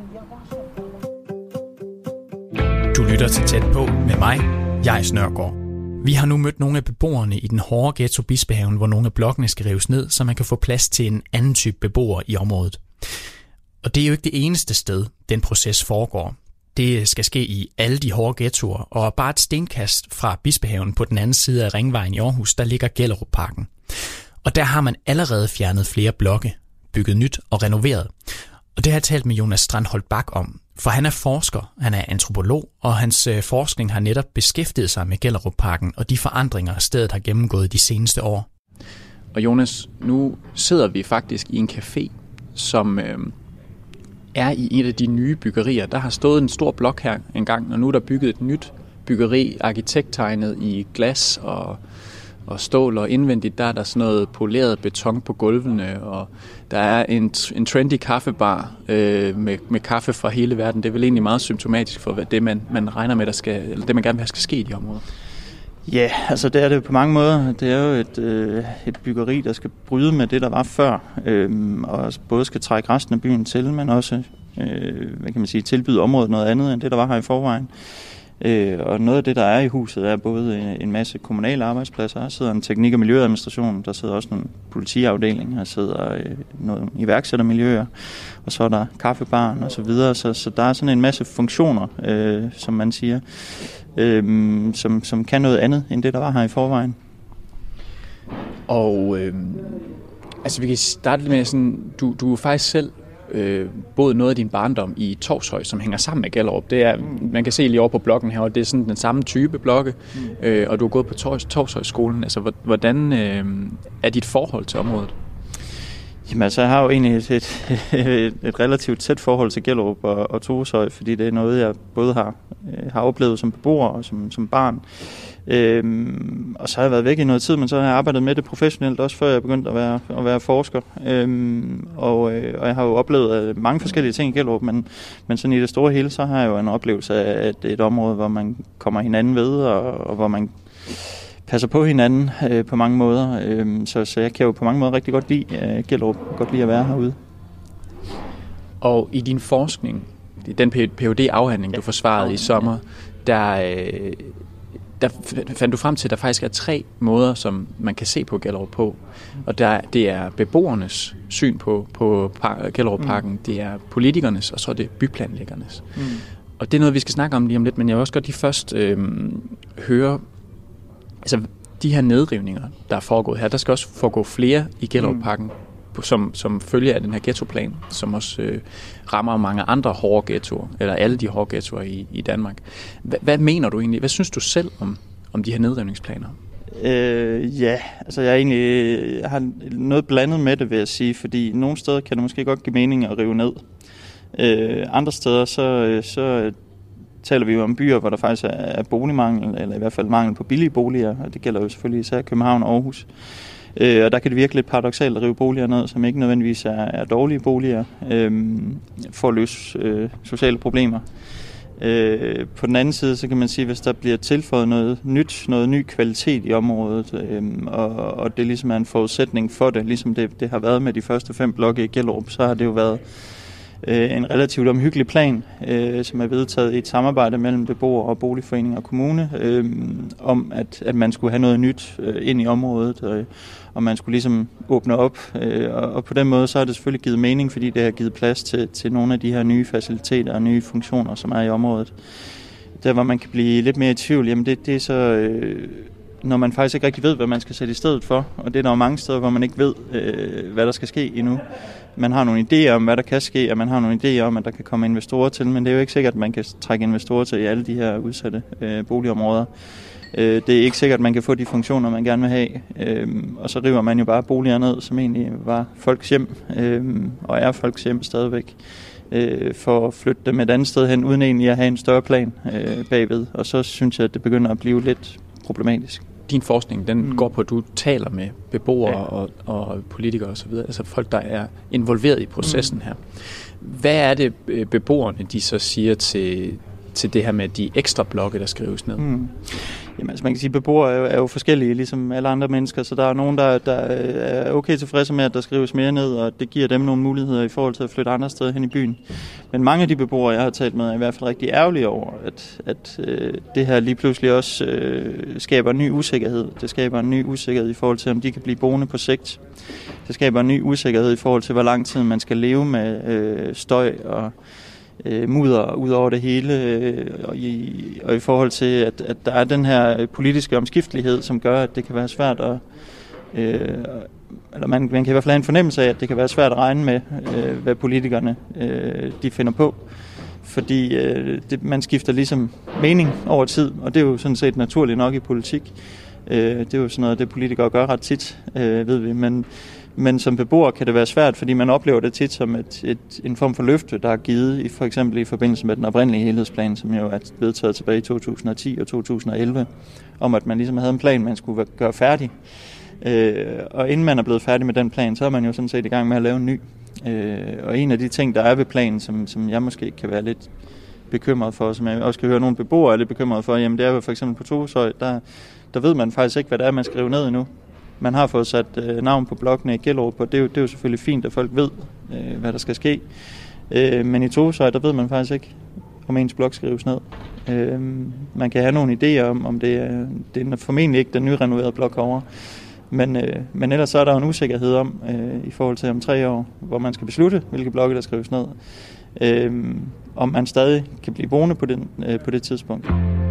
S1: Du lytter til Tæt på med mig, Jais Nørgaard. Vi har nu mødt nogle af beboerne i den hårde ghetto Bispehaven, hvor nogle af blokkene skal rives ned, så man kan få plads til en anden type beboere i området. Og det er jo ikke det eneste sted, den proces foregår. Det skal ske i alle de hårde ghettoer, og bare et stenkast fra Bispehaven på den anden side af Ringvejen i Aarhus, der ligger Gellerupparken. Og der har man allerede fjernet flere blokke, bygget nyt og renoveret. Og det har jeg talt med Jonas Strandholt Bak om, for han er forsker, han er antropolog, og hans øh, forskning har netop beskæftiget sig med Gellerupparken og de forandringer, stedet har gennemgået de seneste år.
S3: Og Jonas, nu sidder vi faktisk i en café, som øh, er i et af de nye byggerier. Der har stået en stor blok her engang, og nu er der bygget et nyt byggeri, arkitekttegnet i glas og, og stål, og indvendigt der er der sådan noget poleret beton på gulvene, og der er en, en trendy kaffebar øh, med, med kaffe fra hele verden. Det er vel egentlig meget symptomatisk for det, man, man regner med, der skal, eller det man gerne vil have skal ske i de områder.
S10: Ja, yeah, altså det er det på mange måder. Det er jo et, øh, et byggeri, der skal bryde med det, der var før, øh, og både skal trække resten af byen til, men også øh, hvad kan man sige, tilbyde området noget andet, end det, der var her i forvejen. Øh, og noget af det, der er i huset, er både en masse kommunale arbejdspladser. Der sidder en teknik- og miljøadministration, der sidder også nogle politiafdelinger, der sidder øh, nogle iværksættermiljøer, og så er der kaffebaren og så videre. Så, så der er sådan en masse funktioner, øh, som man siger, øh, som, som kan noget andet, end det, der var her i forvejen.
S3: Og øh, altså vi kan starte med sådan, du, du er faktisk selv Øh, både noget af din barndom i Tovshøj, som hænger sammen med Gellerup. Det er, man kan se lige over på blokken her, og det er sådan den samme type blokke, mm. øh, og du har gået på Tovshøjskolen. Altså, hvordan øh, er dit forhold til området?
S10: Jamen altså, jeg har jo egentlig et, et, et, et relativt tæt forhold til Gellerup og, og Tovshøj, fordi det er noget, jeg både har, øh, har oplevet som beboer og som, som barn. Øhm, og så har jeg været væk i noget tid, men så har jeg arbejdet med det professionelt, også før jeg begyndte at være, at være forsker. Øhm, og, øh, og jeg har jo oplevet mange forskellige ting i Gellerup, men, men sådan i det store hele, så har jeg jo en oplevelse af, at det er et område, hvor man kommer hinanden ved, og, og hvor man passer på hinanden øh, på mange måder. Øhm, så, så jeg kan jo på mange måder rigtig godt lide øh, Gellerup, godt lide at være herude.
S3: Og i din forskning, den P H D-afhandling, du forsvarede i sommer, der... Øh, Der fandt du frem til, at der faktisk er tre måder, som man kan se på Gellerup på. Og der, det er beboernes syn på, på Gellerupparken, mm. det er politikernes, og så er det byplanlæggernes. Mm. Og det er noget, vi skal snakke om lige om lidt, men jeg vil også godt lige først øh, høre, altså de her nedrivninger, der er foregået her, der skal også foregå flere i Gellerupparken, mm. som, som følge af den her ghettoplan, som også øh, rammer mange andre hårde ghettoer, eller alle de hårde ghettoer i, i Danmark. H- hvad mener du egentlig? Hvad synes du selv om, om de her nedrivningsplaner?
S10: Øh, ja, altså jeg, er egentlig, jeg har noget blandet med det, vil jeg sige, fordi nogle steder kan det måske godt give mening at rive ned. Øh, andre steder, så, så taler vi jo om byer, hvor der faktisk er, er boligmangel, eller i hvert fald mangel på billige boliger, og det gælder jo selvfølgelig især København og Aarhus. Øh, og der kan det virke lidt paradoksalt at rive boliger ned, som ikke nødvendigvis er, er dårlige boliger, øh, for at løse øh, sociale problemer. Øh, på den anden side, så kan man sige, hvis der bliver tilføjet noget nyt, noget ny kvalitet i området, øh, og, og det ligesom er en forudsætning for det, ligesom det, det har været med de første fem blokke i Gellerup, så har det jo været øh, en relativt omhyggelig plan, øh, som er vedtaget i et samarbejde mellem beboere og boligforeninger og kommune, øh, om at, at man skulle have noget nyt øh, ind i området, øh, og man skulle ligesom åbne op. Øh, og, og på den måde så har det selvfølgelig givet mening, fordi det har givet plads til, til nogle af de her nye faciliteter og nye funktioner, som er i området. Der hvor man kan blive lidt mere i tvivl, jamen det, det er så... Øh, når man faktisk ikke rigtig ved, hvad man skal sætte i stedet for. Og det er der jo mange steder, hvor man ikke ved, øh, hvad der skal ske endnu. Man har nogle idéer om, hvad der kan ske, og man har nogle idéer om, at der kan komme investorer til, men det er jo ikke sikkert, at man kan trække investorer til i alle de her udsatte øh, boligområder. Øh, det er ikke sikkert, at man kan få de funktioner, man gerne vil have. Øh, og så river man jo bare boliger ned, som egentlig var folks hjem, øh, og er folks hjem stadigvæk, øh, for at flytte dem et andet sted hen, uden egentlig at have en større plan øh, bagved. Og så synes jeg, at det begynder at blive lidt problematisk.
S3: Din forskning, den mm. går på, at du taler med beboere
S10: ja.
S3: og, og politikere osv., altså folk, der er involveret i processen mm. her. Hvad er det, beboerne de så siger til, til det her med de ekstra blokke, der skrives ned?
S10: Mm. Jamen, altså man kan sige, at beboere er jo, er jo forskellige, ligesom alle andre mennesker, så der er nogen, der, der er okay tilfredse med, at der skrives mere ned, og det giver dem nogle muligheder i forhold til at flytte andre steder hen i byen. Men mange af de beboere, jeg har talt med, er i hvert fald rigtig ærgerlige over, at, at øh, det her lige pludselig også øh, skaber en ny usikkerhed. Det skaber en ny usikkerhed i forhold til, om de kan blive boende på sigt. Det skaber en ny usikkerhed i forhold til, hvor lang tid man skal leve med øh, støj og øh, mudder ud over det hele, øh, og, i, og i forhold til, at, at der er den her politiske omskiftelighed, som gør, at det kan være svært at... Øh, eller man, man kan i hvert fald have en fornemmelse af, at det kan være svært at regne med, øh, hvad politikerne øh, de finder på. Fordi øh, det, man skifter ligesom mening over tid, og det er jo sådan set naturligt nok i politik. Øh, det er jo sådan noget, det politikere gør ret tit, øh, ved vi. Men, men som beboer kan det være svært, fordi man oplever det tit som et, et, en form for løfte, der er givet, i, for eksempel i forbindelse med den oprindelige helhedsplan, som jo er vedtaget tilbage i to tusind og ti og to tusind og elleve, om at man ligesom havde en plan, man skulle gøre færdig. Øh, og inden man er blevet færdig med den plan, så er man jo sådan set i gang med at lave en ny. Øh, og en af de ting, der er ved planen, som, som jeg måske kan være lidt bekymret for, som jeg også kan høre nogle beboere er lidt bekymret for, jamen det er jo for eksempel på Toveshøj, der, der ved man faktisk ikke, hvad det er, man skriver ned endnu. Man har fået sat øh, navn på blokkene i Gellerup, og det er, jo, det er jo selvfølgelig fint, at folk ved, øh, hvad der skal ske. Øh, men i Toveshøj, der ved man faktisk ikke, om ens blok skrives ned. Øh, man kan have nogle idéer om, om det er, det er formentlig ikke den nyrenoverede blok over. Men, øh, men ellers så er der jo en usikkerhed om, øh, i forhold til om tre år, hvor man skal beslutte, hvilke blokke der skrives ned. Øh, om man stadig kan blive boende på, den, øh, på det tidspunkt.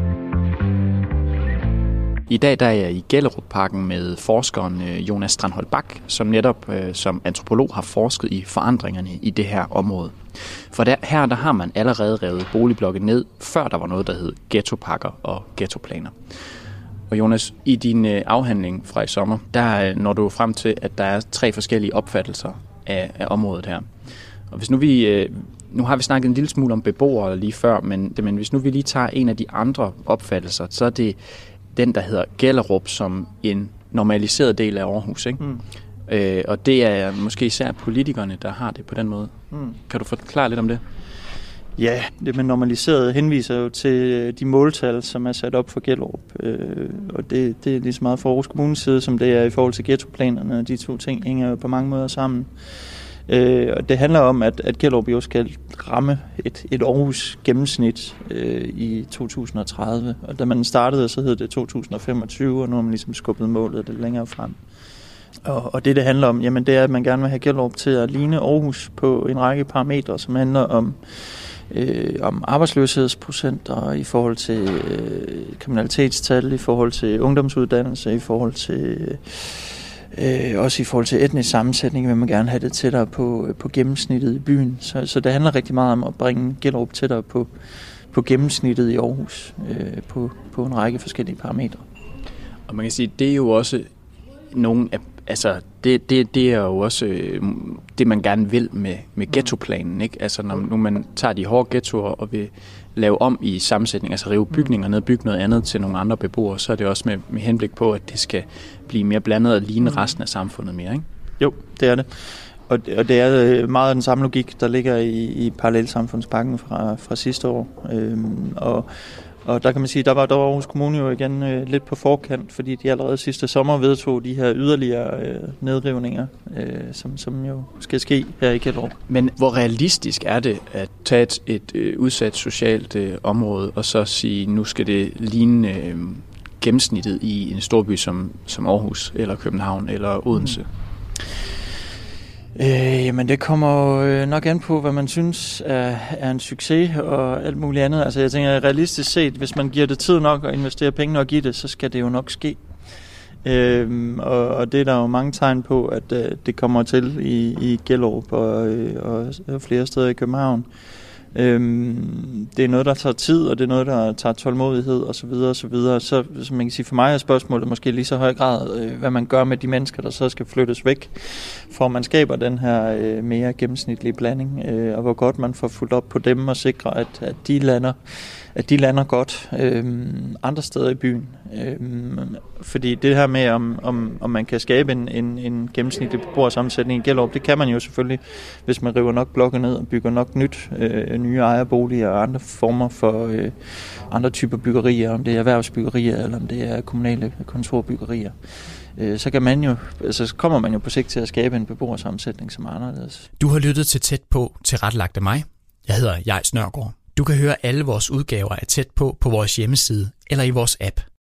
S3: I dag der er jeg i Gellerupparken med forskeren Jonas Strandholt Bach, som netop øh, som antropolog har forsket i forandringerne i det her område. For der, her der har man allerede revet boligblokke ned, før der var noget, der hed ghettopakker og ghettoplaner. Og Jonas, i din øh, afhandling fra i sommer, der når du frem til, at der er tre forskellige opfattelser af, af området her. Og hvis nu vi... Øh, Nu har vi snakket en lille smule om beboere lige før, men, men hvis nu vi lige tager en af de andre opfattelser, så er det den, der hedder Gellerup som en normaliseret del af Aarhus. Ikke? Mm. Øh, og det er måske især politikerne, der har det på den måde. Mm. Kan du forklare lidt om det?
S10: Ja, det med normaliseret henviser jo til de måltal, som er sat op for Gellerup. Øh, og det, det er lige så meget for Aarhus Kommunes side, som det er i forhold til ghettoplanerne. De to ting hænger jo på mange måder sammen. Øh, og det handler om, at, at Gellerup jo skal ramme et, et Aarhus gennemsnit øh, i to tusind og tredive. Og da man startede, så hed det to tusind og femogtyve, og nu har man ligesom skubbet målet lidt længere frem. Og, og det, det handler om, jamen, det er, at man gerne vil have Gellerup til at ligne Aarhus på en række parametre, som handler om, øh, om arbejdsløshedsprocenter i forhold til øh, kriminalitetstal, i forhold til ungdomsuddannelse, i forhold til... Øh, også i forhold til etnisk sammensætning vil man gerne have det tættere på, på gennemsnittet i byen. Så, så det handler rigtig meget om at bringe Gellerup tættere på, på gennemsnittet i Aarhus øh, på, på en række forskellige parametre.
S3: Og man kan sige, det er jo også nogle af, altså det, det, det er jo også øh, det, man gerne vil med, med ghettoplanen, ikke? Altså når nu man tager de hårde ghettoer og vil lave om i sammensætning, altså rive bygninger ned, bygge noget andet til nogle andre beboere, så er det også med, med henblik på, at det skal blive mere blandet og ligne resten af samfundet mere, ikke?
S10: Jo, det er det. Og, og det er meget af den samme logik, der ligger i, i parallelsamfundspakken fra, fra sidste år. Øhm, og, Og der kan man sige, der var, der var Aarhus Kommune jo igen øh, lidt på forkant, fordi de allerede sidste sommer vedtog de her yderligere øh, nedrivninger, øh, som, som jo skal ske her i Gellerup.
S3: Men hvor realistisk er det at tage et, et øh, udsat socialt øh, område, og så sige, nu skal det ligne øh, gennemsnittet i en storby som, som Aarhus, eller København, eller Odense? Mm.
S10: Øh, jamen det kommer øh, nok an på, hvad man synes er, er en succes og alt muligt andet. Altså jeg tænker realistisk set, hvis man giver det tid nok og investerer penge nok i det, så skal det jo nok ske. Øh, og, og det er der jo mange tegn på, at øh, det kommer til i, i Gellerup og, øh, og flere steder i København. Øhm, det er noget, der tager tid, og det er noget, der tager tålmodighed og så videre og så videre. Så, så man kan sige, for mig er spørgsmålet måske lige så høj grad, øh, hvad man gør med de mennesker, der så skal flyttes væk, for at man skaber den her øh, mere gennemsnitlige blanding, øh, og hvor godt man får fulgt op på dem og sikrer, at, at de lander at de lander godt øh, andre steder i byen. Øh, fordi det her med, om, om, om man kan skabe en, en, en gennemsnitlig beboersammensætning i Gellerup, det kan man jo selvfølgelig, hvis man river nok blokke ned og bygger nok nyt, øh, nye ejerboliger og andre former for øh, andre typer byggerier, om det er erhvervsbyggerier eller om det er kommunale kontorbyggerier. Øh, så kan man jo, altså kommer man jo på sigt til at skabe en beboersammensætning, som er anderledes.
S1: Du har lyttet til Tæt på, tilrettelagt af mig. Jeg hedder Jais Nørgaard. Du kan høre alle vores udgaver af Tæt på på vores hjemmeside eller i vores app.